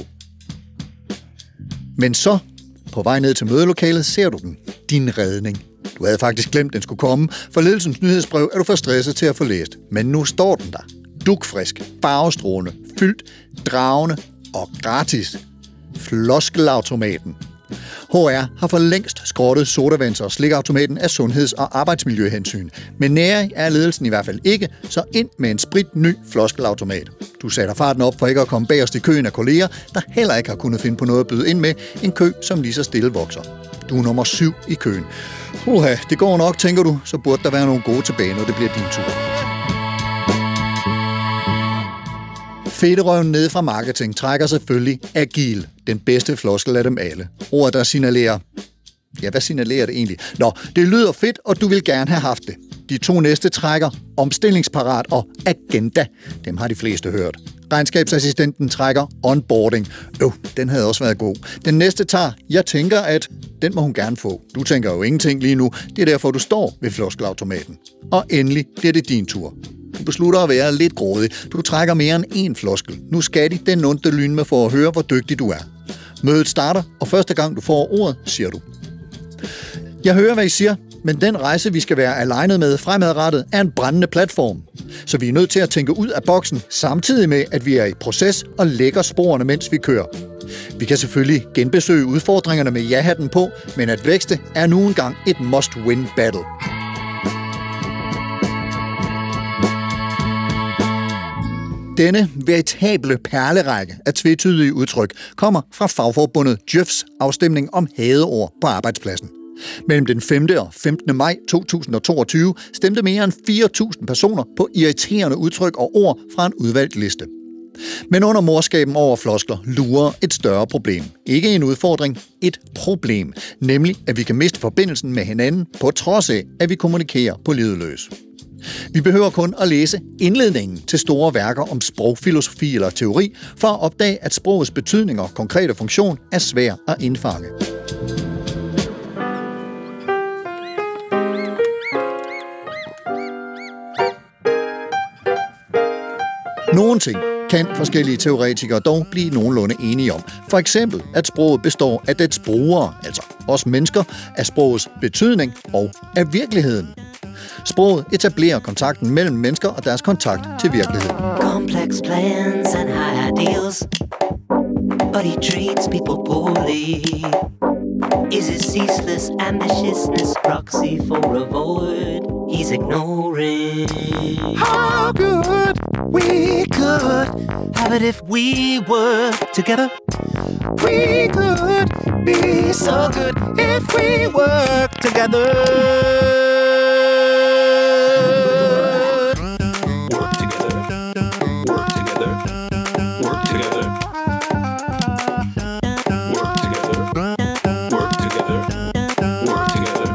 Men så, på vej ned til mødelokalet, ser du den. Din redning. Du havde faktisk glemt, den skulle komme, for ledelsens nyhedsbrev er du for stresset til at få læst. Men nu står den der. Dugfrisk, farvestrålende, fyldt, dragende og gratis. Floskelautomaten. H R har for længst skrottet sodavands- og slikautomaten af sundheds- og arbejdsmiljøhensyn. Men nære er ledelsen i hvert fald ikke, så ind med en sprit ny floskelautomat. Du sætter farten op for ikke at komme bagerst i køen af kolleger, der heller ikke har kunnet finde på noget at byde ind med, en kø, som lige så stille vokser. Du er nummer syv i køen. Uha, det går nok, tænker du, så burde der være nogle gode tilbage, når det bliver din tur. Fedterøven nede fra marketing trækker selvfølgelig agil, den bedste floskel af dem alle. Ordet, der signalerer... Ja, hvad signalerer det egentlig? Nå, det lyder fedt, og du vil gerne have haft det. De to næste trækker omstillingsparat og agenda. Dem har de fleste hørt. Regnskabsassistenten trækker onboarding. Øv, den havde også været god. Den næste tager, jeg tænker, at den må hun gerne få. Du tænker jo ingenting lige nu. Det er derfor, du står ved floskelautomaten. Og endelig bliver det din tur. Du beslutter at være lidt grådig. Du trækker mere end én floskel. Nu skal de den onde lyn med for at høre, hvor dygtig du er. Mødet starter, og første gang du får ordet, siger du: Jeg hører, hvad I siger, men den rejse, vi skal være alignet med fremadrettet, er en brændende platform. Så vi er nødt til at tænke ud af boksen, samtidig med, at vi er i proces og lægger sporene, mens vi kører. Vi kan selvfølgelig genbesøge udfordringerne med ja-hatten på, men at vækste er nu engang et must-win battle. Denne veritable perlerække af tvetydige udtryk kommer fra fagforbundet Djøfs afstemning om hadeord på arbejdspladsen. Mellem den femte og femtende maj to tusind og toogtyve stemte mere end fire tusind personer på irriterende udtryk og ord fra en udvalgt liste. Men under morskaben over floskler lurer et større problem. Ikke en udfordring, et problem. Nemlig, at vi kan miste forbindelsen med hinanden, på trods af, at vi kommunikerer på livet løs. Vi behøver kun at læse indledningen til store værker om sprogfilosofi eller teori, for at opdage, at sprogets betydning og konkrete funktion er svær at indfange. Nogle ting kan forskellige teoretikere dog blive nogenlunde enige om. For eksempel, at sproget består af dets brugere, altså os mennesker, af sprogets betydning og af virkeligheden. Sproget etablerer kontakten mellem mennesker og deres kontakt til virkeligheden. Complex plans and high ideals, but he treats people poorly. Is his ceaseless ambitiousness proxy for a void he's ignoring? How good we could have it if we were together. We could be so good if we work together. Work together. Work together. Work together. Work together. Work together. Work together.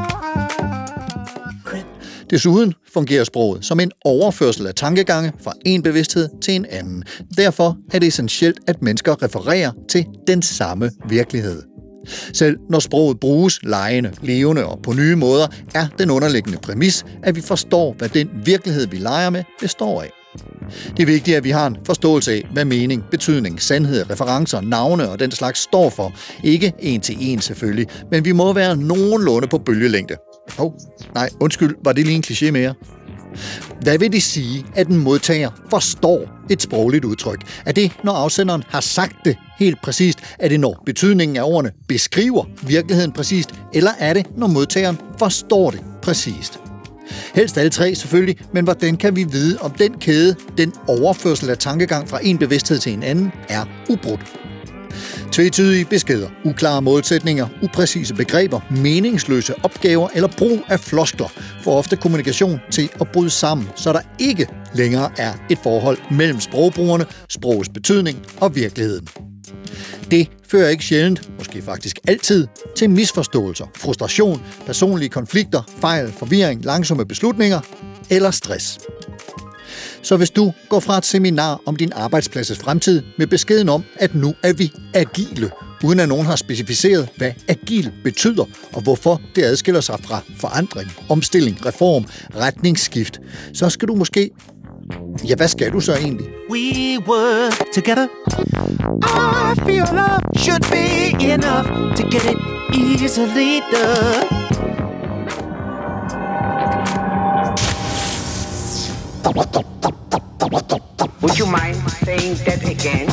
Desuden fungerer sproget som en overførsel af tankegange fra en bevidsthed til en anden. Derfor er det essentielt, at mennesker refererer til den samme virkelighed. Selv når sproget bruges legende, levende og på nye måder, er den underliggende præmis, at vi forstår, hvad den virkelighed, vi leger med, består af. Det er vigtigt, at vi har en forståelse af, hvad mening, betydning, sandhed, referencer, navne og den slags står for. Ikke en til en selvfølgelig, men vi må være nogenlunde på bølgelængde. Hov, oh, nej, undskyld, var det lige en kliché mere? Hvad vil det sige, at en modtager forstår et sprogligt udtryk? Er det, når afsenderen har sagt det helt præcist? Er det, når betydningen af ordene beskriver virkeligheden præcist? Eller er det, når modtageren forstår det præcist? Helst alle tre selvfølgelig, men hvordan kan vi vide, om den kæde, den overførsel af tankegang fra en bevidsthed til en anden, er ubrudt? Tvetydige beskeder, uklare målsætninger, upræcise begreber, meningsløse opgaver eller brug af floskler får ofte kommunikation til at bryde sammen, så der ikke længere er et forhold mellem sprogbrugerne, sprogets betydning og virkeligheden. Det fører ikke sjældent, måske faktisk altid, til misforståelser, frustration, personlige konflikter, fejl, forvirring, langsomme beslutninger eller stress. Så hvis du går fra et seminar om din arbejdsplads' fremtid med beskeden om, at nu er vi agile, uden at nogen har specificeret, hvad agil betyder, og hvorfor det adskiller sig fra forandring, omstilling, reform, retningsskift, så skal du måske... Ja, hvad skal du så egentlig? We were together. I feel love should be enough to get it easily done. Would you mind saying that again?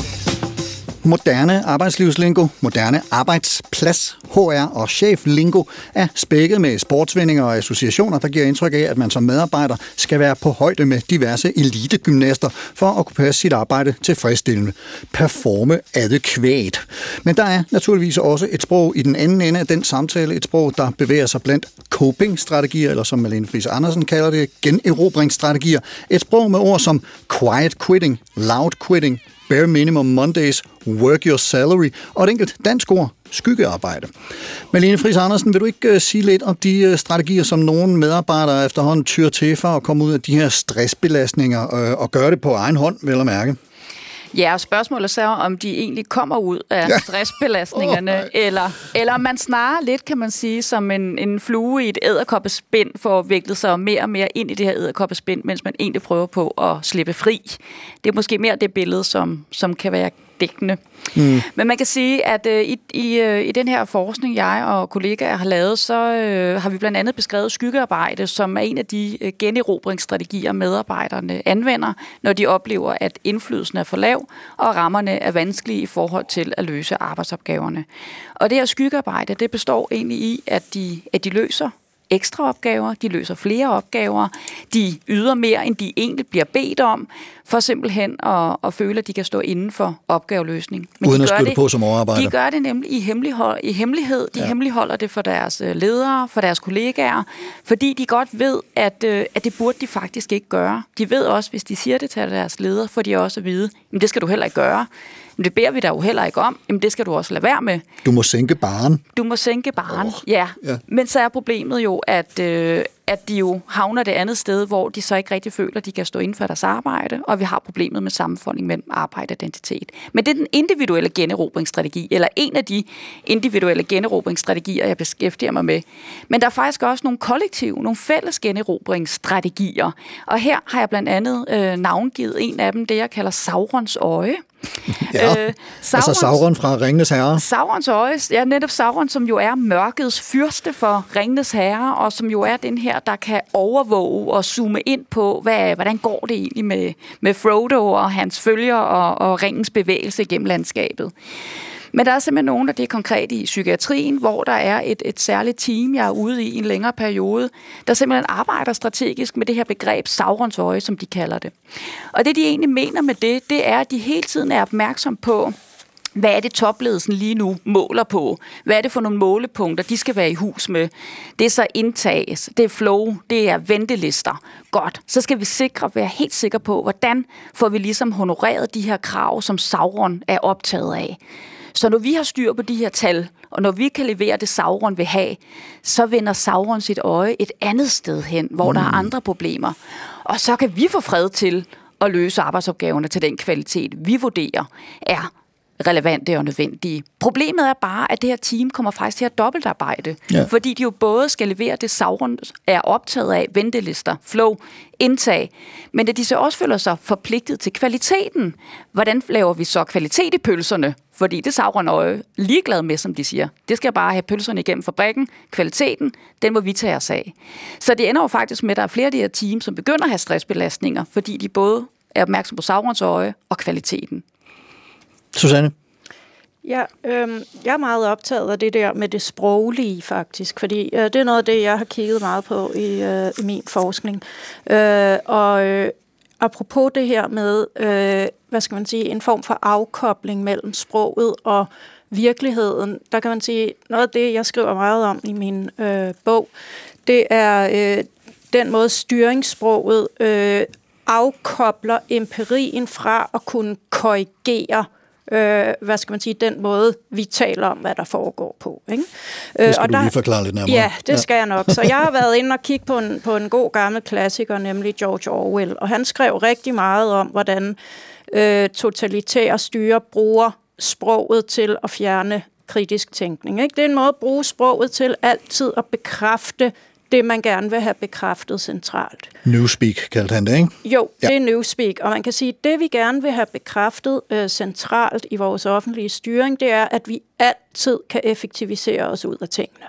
Moderne arbejdslivslingo, moderne arbejdsplads, H R og cheflingo er spækket med sportsvendinger og associationer, der giver indtryk af, at man som medarbejder skal være på højde med diverse elitegymnaster for at kunne passe sit arbejde tilfredsstillende. Performe adækvat. Men der er naturligvis også et sprog i den anden ende af den samtale, et sprog, der bevæger sig blandt coping-strategier, eller som Malene Friis Andersen kalder det, generobringsstrategier. Et sprog med ord som quiet quitting, loud quitting, bare minimum Mondays, work your salary og et enkelt dansk ord, skyggearbejde. Malene Friis Andersen, vil du ikke uh, sige lidt om de uh, strategier, som nogle medarbejdere efterhånden tyr til for at komme ud af de her stressbelastninger uh, og gøre det på egen hånd, vel at mærke? Ja, og spørgsmålet er så, om de egentlig kommer ud af ja. stressbelastningerne, oh, eller, eller om man snarere lidt, kan man sige, som en, en flue i et edderkoppespind, for at vikle sig mere og mere ind i det her edderkoppespind, mens man egentlig prøver på at slippe fri. Det er måske mere det billede, som, som kan være dækkende. Mm. Men man kan sige, at øh, i, i, øh, i den her forskning, jeg og kollegaer har lavet, så øh, har vi blandt andet beskrevet skyggearbejde, som er en af de øh, generobringsstrategier, medarbejderne anvender, når de oplever, at indflydelsen er for lav, og rammerne er vanskelige i forhold til at løse arbejdsopgaverne. Og det her skyggearbejde, det består egentlig i, at de, at de løser ekstra opgaver, de løser flere opgaver, de yder mere, end de egentlig bliver bedt om, for simpelthen at, at føle, at de kan stå inden for opgaveløsning. Men uden de at gør spytte det, på som overarbejder. De gør det nemlig i, hemmelighold, i hemmelighed. De ja. hemmeligholder det for deres ledere, for deres kollegaer, fordi de godt ved, at, at det burde de faktisk ikke gøre. De ved også, hvis de siger det til deres ledere, får de også at vide, men det skal du heller ikke gøre. Men det beder vi dig jo heller ikke om. Jamen, det skal du også lade være med. Du må sænke barren. Du må sænke barren, oh, ja. ja. Men så er problemet jo, at, øh, at de jo havner det andet sted, hvor de så ikke rigtig føler, at de kan stå inden for deres arbejde, og vi har problemet med sammenfoldning mellem arbejde og identitet. Men det er den individuelle generobringsstrategi, eller en af de individuelle generobringsstrategier, jeg beskæftiger mig med. Men der er faktisk også nogle kollektive, nogle fælles generobringsstrategier. Og her har jeg blandt andet øh, navngivet en af dem, det jeg kalder Saurons øje. Ja, øh, Saurons, altså Sauron fra Ringenes Herre. Saurons øje, ja, netop Sauron, som jo er mørkets fyrste for Ringenes Herre, og som jo er den her, der kan overvåge og zoome ind på, hvad, hvordan går det egentlig med, med Frodo og hans følger og, og ringens bevægelse gennem landskabet. Men der er simpelthen nogen, der det er konkret i psykiatrien, hvor der er et, et særligt team, jeg er ude i, i en længere periode, der simpelthen arbejder strategisk med det her begreb Saurons øje, som de kalder det. Og det, de egentlig mener med det, det er, at de hele tiden er opmærksom på, hvad er det topledelsen lige nu måler på? Hvad er det for nogle målepunkter, de skal være i hus med? Det er så indtages, det er flow, det er ventelister. Godt, så skal vi sikre, være helt sikre på, hvordan får vi ligesom honoreret de her krav, som Sauron er optaget af. Så når vi har styr på de her tal, og når vi kan levere det, Sauron vil have, så vender Sauron sit øje et andet sted hen, hvor mm. der er andre problemer. Og så kan vi få fred til at løse arbejdsopgaverne til den kvalitet, vi vurderer er relevante og nødvendige. Problemet er bare, at det her team kommer faktisk til at dobbeltarbejde, ja. fordi de jo både skal levere det, Sauron er optaget af, ventelister, flow, indtag, men at de så også føler sig forpligtet til kvaliteten. Hvordan laver vi så kvalitet i pølserne? Fordi det Sauron er ligeglad med, som de siger. Det skal bare have pølserne igennem fabrikken. Kvaliteten, den må vi tage os af. Så det ender jo faktisk med, at der er flere af de her team, som begynder at have stressbelastninger, fordi de både er opmærksom på Saurons øje og kvaliteten. Susanne? Ja, øhm, jeg er meget optaget af det der med det sproglige faktisk, fordi øh, det er noget af det, jeg har kigget meget på i, øh, i min forskning. Øh, og øh, apropos det her med, øh, hvad skal man sige, en form for afkobling mellem sproget og virkeligheden, der kan man sige, noget af det, jeg skriver meget om i min øh, bog, det er øh, den måde styringssproget øh, afkobler empirien fra at kunne korrigere øh, hvad skal man sige, den måde, vi taler om, hvad der foregår på. Ikke? Det skal og du der, lige forklare lidt nærmere. Ja, det skal jeg nok. Så jeg har været inde og kigge på en, på en god gammel klassiker, nemlig George Orwell, og han skrev rigtig meget om, hvordan øh, totalitære styre bruger sproget til at fjerne kritisk tænkning. Ikke? Det er en måde at bruge sproget til altid at bekræfte det, man gerne vil have bekræftet centralt. Newspeak kaldte han det, ikke? Jo, ja. det er Newspeak, og man kan sige, at det, vi gerne vil have bekræftet øh, centralt i vores offentlige styring, det er, at vi altid kan effektivisere os ud af tingene.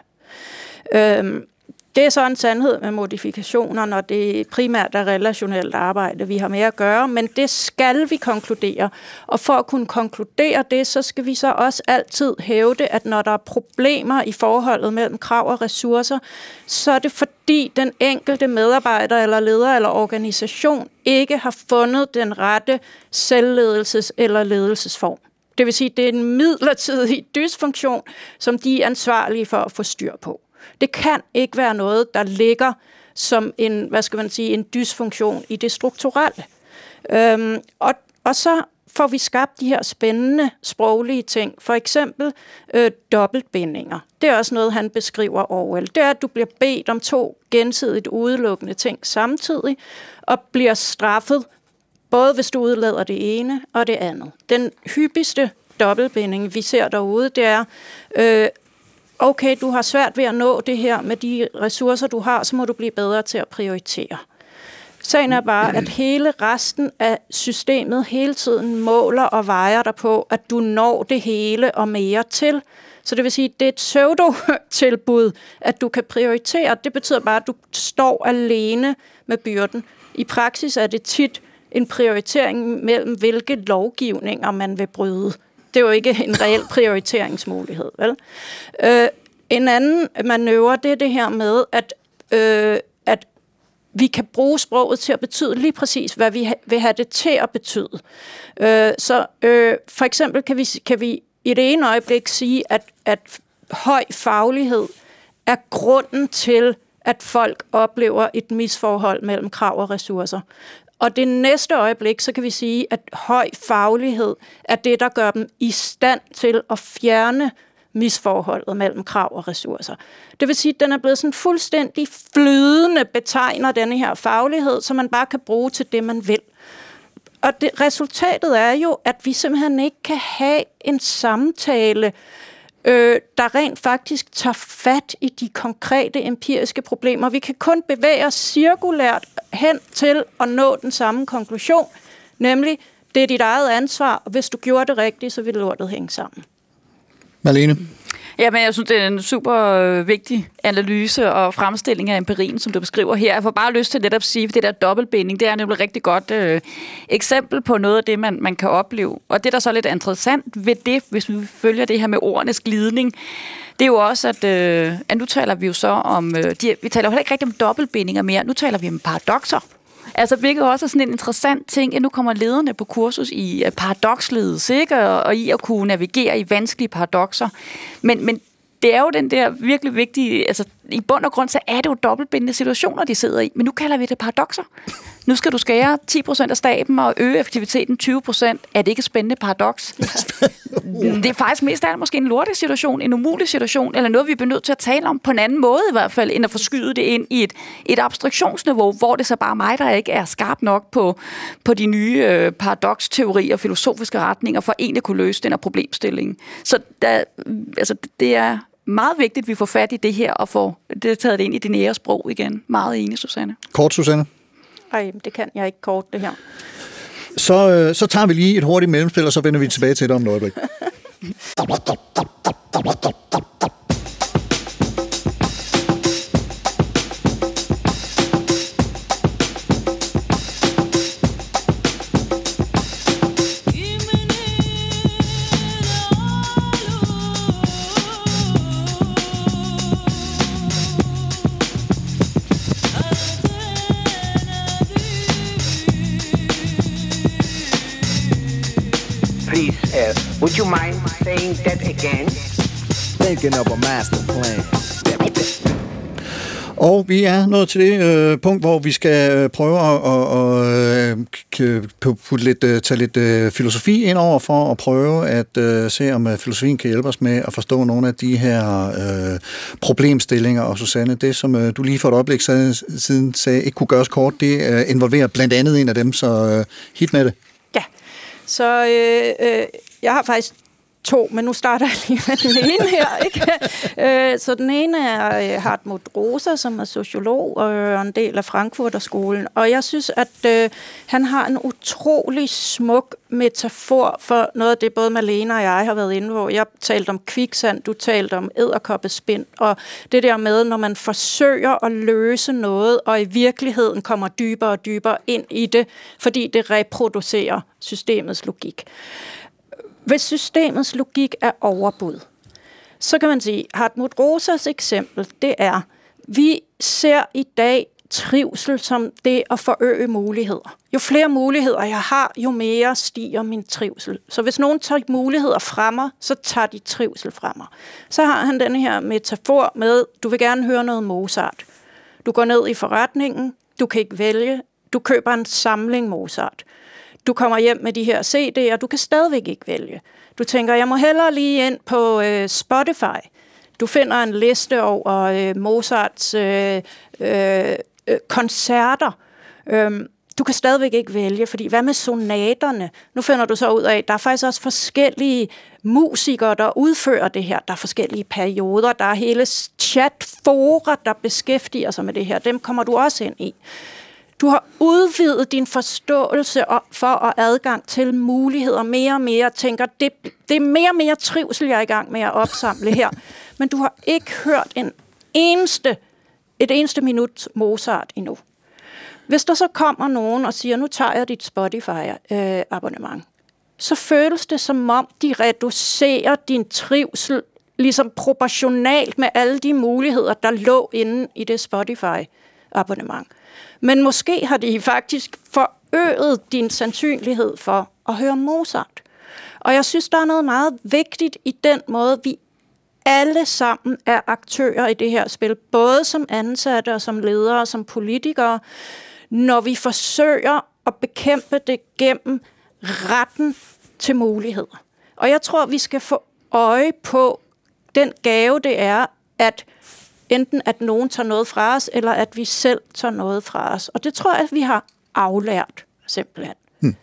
Øhm, Det er så en sandhed med modifikationer, når det primært er relationelt arbejde, vi har med at gøre, men det skal vi konkludere. Og for at kunne konkludere det, så skal vi så også altid hævde, at når der er problemer i forholdet mellem krav og ressourcer, så er det fordi den enkelte medarbejder eller leder eller organisation ikke har fundet den rette selvledelses- eller ledelsesform. Det vil sige, at det er en midlertidig dysfunktion, som de er ansvarlige for at få styr på. Det kan ikke være noget, der ligger som en, hvad skal man sige, en dysfunktion i det strukturelle. Øhm, og, og så får vi skabt de her spændende sproglige ting. For eksempel øh, dobbeltbindinger. Det er også noget, han beskriver Orwell. Det er, at du bliver bedt om to gensidigt udelukkende ting samtidig, og bliver straffet, både hvis du udlader det ene og det andet. Den hyppigste dobbeltbinding, vi ser derude, det er... Øh, okay, du har svært ved at nå det her med de ressourcer, du har, så må du blive bedre til at prioritere. Sagen er bare, at hele resten af systemet hele tiden måler og vejer dig på, at du når det hele og mere til. Så det vil sige, at det er et pseudo-tilbud, at du kan prioritere. Det betyder bare, at du står alene med byrden. I praksis er det tit en prioritering mellem, hvilke lovgivninger man vil bryde. Det er jo ikke en reel prioriteringsmulighed, vel? Øh, en anden manøvre, det er det her med, at, øh, at vi kan bruge sproget til at betyde lige præcis, hvad vi ha- vil have det til at betyde. Øh, så øh, for eksempel kan vi, kan vi i det ene øjeblik sige, at, at høj faglighed er grunden til, at folk oplever et misforhold mellem krav og ressourcer. Og det næste øjeblik, så kan vi sige, at høj faglighed er det, der gør dem i stand til at fjerne misforholdet mellem krav og ressourcer. Det vil sige, at den er blevet sådan fuldstændig flydende betegner denne her faglighed, så man bare kan bruge til det, man vil. Og det, resultatet er jo, at vi simpelthen ikke kan have en samtale, øh, der rent faktisk tager fat i de konkrete empiriske problemer. Vi kan kun bevæge os cirkulært hen til at nå den samme konklusion, nemlig, det er dit eget ansvar, og hvis du gjorde det rigtigt, så ville lortet hænge sammen. Marlene? Ja, men jeg synes, det er en super øh, vigtig analyse og fremstilling af empirien, som du beskriver her. Jeg får bare lyst til netop at sige, at det der dobbeltbinding, det er nemlig et rigtig godt øh, eksempel på noget af det, man, man kan opleve. Og det, der så er lidt interessant ved det, hvis vi følger det her med ordenes glidning, det er jo også, at, øh, at nu taler vi jo så om, øh, de, vi taler jo heller ikke rigtig om dobbeltbindinger mere, nu taler vi om paradoxer. Altså, hvilket også er sådan en interessant ting, at nu kommer lederne på kursus i paradoksledelse, ikke? Og, og i at kunne navigere i vanskelige paradoxer. Men, men det er jo den der virkelig vigtige, altså i bund og grund, så er det jo dobbeltbindende situationer, de sidder i. Men nu kalder vi det paradoxer. Nu skal du skære ti procent af staben og øge effektiviteten tyve procent. Er det ikke et spændende paradoks? Det er faktisk mest af måske en lortesituation, en umulig situation, eller noget, vi er nødt til at tale om på en anden måde i hvert fald, end at forskyde det ind i et, et abstraktionsniveau, hvor det så bare mig, der ikke er skarp nok på, på de nye øh, paradoksteorier og filosofiske retninger, for egentlig at kunne løse den her problemstilling. Så der, altså, det er meget vigtigt, at vi får fat i det her og får det taget det ind i det nære sprog igen. Meget enig, Susanne. Kort, Susanne? Ej, det kan jeg ikke kort, det her. Så, øh, så tager vi lige et hurtigt mellemspil, og så vender vi tilbage til det om et øjeblik. Please, uh, would you mind saying that again? Thinking of a master plan. Og vi er nået til det øh, punkt, hvor vi skal prøve at, at, at putte lidt, tage lidt øh, filosofi ind over for at prøve at øh, se, om filosofien kan hjælpe os med at forstå nogle af de her øh, problemstillinger. Og Susanne, det som øh, du lige for et øjeblik siden sagde ikke kunne gøres kort, det øh, involverer blandt andet en af dem, så øh, hit med det. Ja, så øh, øh, jeg har faktisk to, men nu starter jeg lige med den ene her, ikke? Så den ene er Hartmut Rosa, som er sociolog og en del af Frankfurterskolen, og jeg synes, at øh, han har en utrolig smuk metafor for noget af det, både Malene og jeg har været inde på. Jeg talte om kviksand, du talte om edderkoppespind, og det der med, når man forsøger at løse noget, og i virkeligheden kommer dybere og dybere ind i det, fordi det reproducerer systemets logik. Hvis systemets logik er overbud, så kan man sige, Hartmut Rosas eksempel, det er, vi ser i dag trivsel som det at forøge muligheder. Jo flere muligheder jeg har, jo mere stiger min trivsel. Så hvis nogen tager muligheder fra mig, så tager de trivsel fra mig. Så har han den her metafor med, du vil gerne høre noget Mozart. Du går ned i forretningen, du kan ikke vælge, du køber en samling Mozart. Du kommer hjem med de her C D'er, du kan stadigvæk ikke vælge. Du tænker, jeg må hellere lige ind på øh, Spotify. Du finder en liste over øh, Mozarts øh, øh, koncerter. Øhm, du kan stadigvæk ikke vælge, fordi hvad med sonaterne? Nu finder du så ud af, at der er faktisk også forskellige musikere, der udfører det her. Der er forskellige perioder, der er hele chatfora, der beskæftiger sig med det her. Dem kommer du også ind i. Du har udvidet din forståelse for og adgang til muligheder mere og mere. Tænker, det, det er mere og mere trivsel, jeg er i gang med at opsamle her. Men du har ikke hørt en eneste, et eneste minut Mozart endnu. Hvis der så kommer nogen og siger, nu tager jeg dit Spotify-abonnement, så føles det som om, de reducerer din trivsel ligesom proportionalt med alle de muligheder, der lå inde i det Spotify-abonnement. Men måske har de faktisk forøget din sandsynlighed for at høre Mozart. Og jeg synes, der er noget meget vigtigt i den måde, vi alle sammen er aktører i det her spil, både som ansatte og som ledere og som politikere, når vi forsøger at bekæmpe det gennem retten til muligheder. Og jeg tror, vi skal få øje på den gave, det er, at enten at nogen tager noget fra os, eller at vi selv tager noget fra os. Og det tror jeg, at vi har aflært, simpelthen. Hmm.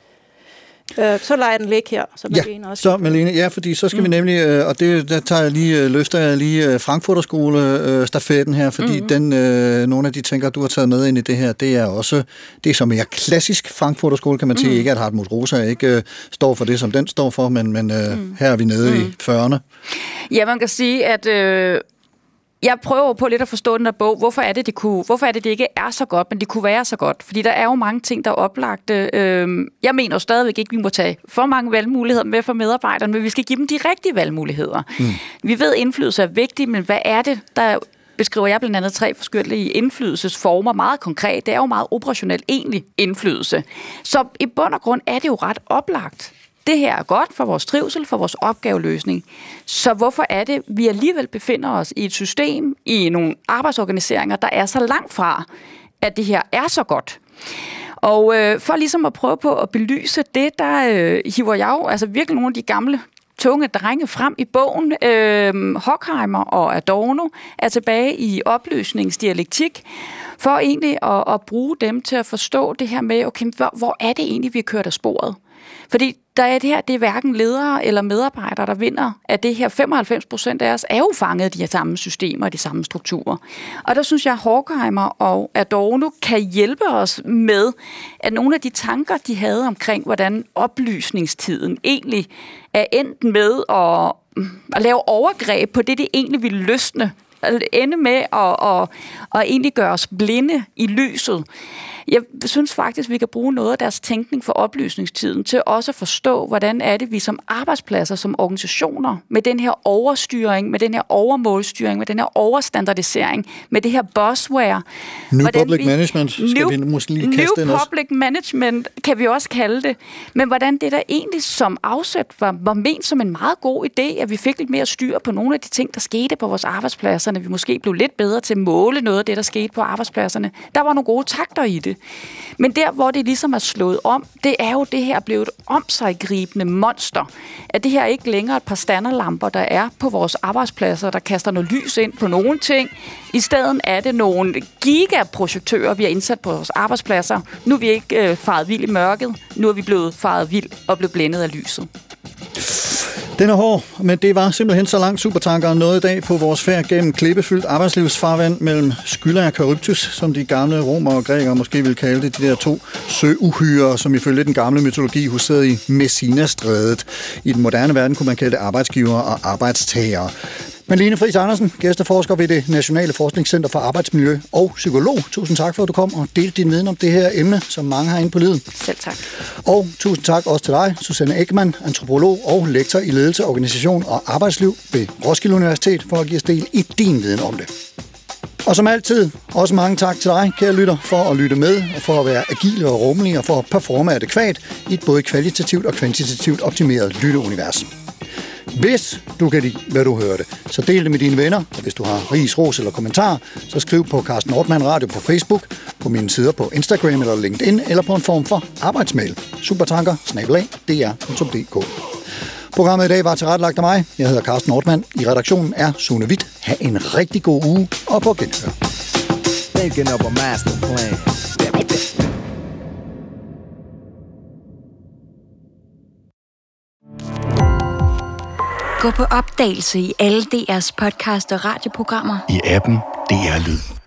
Øh, så lader jeg den ligge her. Så ja, også. så Malene, ja, fordi så skal mm. vi nemlig, øh, og det der tager jeg lige, øh, løfter jeg lige øh, Frankfurterskole-stafetten øh, her, fordi mm-hmm. den, øh, nogle af de tænker, du har taget med ind i det her, det er også, det er som mere klassisk Frankfurterskole, kan man sige. Mm. Ikke at Hartmut Rosa ikke øh, står for det, som den står for, men, men øh, mm. her er vi nede mm. i fyrrerne. Ja, man kan sige, at øh jeg prøver på lidt at forstå den der bog. Hvorfor er det, det kunne, hvorfor er det, det ikke er så godt, men det kunne være så godt? Fordi der er jo mange ting, der er oplagte. Jeg mener jo stadigvæk ikke, vi må tage for mange valgmuligheder med for medarbejderne, men vi skal give dem de rigtige valgmuligheder. Mm. Vi ved, at indflydelse er vigtigt, men hvad er det, der beskriver jeg blandt andet tre forskellige indflydelsesformer meget konkret. Det er jo meget operationelt egentlig indflydelse. Så i bund og grund er det jo ret oplagt. Det her er godt for vores trivsel, for vores opgaveløsning. Så hvorfor er det, vi alligevel befinder os i et system, i nogle arbejdsorganiseringer, der er så langt fra, at det her er så godt? Og øh, for ligesom at prøve på at belyse det, der øh, hiver jeg jo altså virkelig nogle af de gamle tunge drenge frem i bogen. Øh, Horkheimer og Adorno er tilbage i opløsningsdialektik, for egentlig at, at bruge dem til at forstå det her med, okay, hvor, hvor er det egentlig, vi er kørt af sporet? Fordi der er det her, det er hverken ledere eller medarbejdere, der vinder, at det her femoghalvfems procent af os er jo fanget af de her samme systemer og de samme strukturer. Og der synes jeg, at Horkheimer og Adorno kan hjælpe os med, at nogle af de tanker, de havde omkring, hvordan oplysningstiden egentlig er endt med at, at lave overgreb på det, det egentlig ville løsne, at ende med at, at, at egentlig gøre os blinde i lyset. Jeg synes faktisk, vi kan bruge noget af deres tænkning for oplysningstiden til også at forstå, hvordan er det, vi som arbejdspladser, som organisationer, med den her overstyring, med den her overmålstyring, med den her overstandardisering, med det her buzzware. New public vi, management, skal new, vi måske lige kaste New den også. public management, kan vi også kalde det. Men hvordan det der egentlig som afsæt var, var ment som en meget god idé, at vi fik lidt mere styr på nogle af de ting, der skete på vores arbejdspladser, at vi måske blev lidt bedre til at måle noget af det, der skete på arbejdspladserne. Der var nogle gode takter i det. Men der, hvor det ligesom er slået om, det er jo det her blevet et omsiggribende monster. At det her ikke længere et par standerlamper, der er på vores arbejdspladser, der kaster noget lys ind på nogle ting. I stedet er det nogle gigaprojektører, vi har indsat på vores arbejdspladser. Nu er vi ikke øh, faret vild i mørket. Nu er vi blevet faret vild og blevet blændet af lyset. Den er hård, men det var simpelthen så langt Supertanker nåede i dag på vores færd gennem klippefyldt arbejdslivsfarvand mellem Skylla og Charybdis, som de gamle romere og grækere måske ville kalde det, de der to søuhyrer, som ifølge den gamle mytologi husede i Messina-strædet. I den moderne verden kunne man kalde det arbejdsgivere og arbejdstagere. Malene Friis Andersen, gæsteforsker ved det Nationale Forskningscenter for Arbejdsmiljø og psykolog. Tusind tak for, at du kom og delte din viden om det her emne, som mange har inde på livet. Selv tak. Og tusind tak også til dig, Susanne Ekman, antropolog og lektor i ledelse, organisation og arbejdsliv ved Roskilde Universitet, for at give os del i din viden om det. Og som altid, også mange tak til dig, kære lytter, for at lytte med, og for at være agile og rummelige, og for at performe adekvat i et både kvalitativt og kvantitativt optimeret lytteunivers. Hvis du kan lide, hvad du hørte, så del det med dine venner, og hvis du har ris, ros eller kommentar, så skriv på Carsten Ortmann Radio på Facebook, på mine sider på Instagram eller LinkedIn, eller på en form for arbejdsmail. Supertanker snabel-a d r punktum d k. Programmet i dag var tilrettelagt af mig. Jeg hedder Carsten Ortmann. I redaktionen er Sune Hvidt. Ha' en rigtig god uge, og på genhør. Thinking of a master plan. Gå på opdagelse i alle D R's podcast og radioprogrammer. I appen D R Lyd.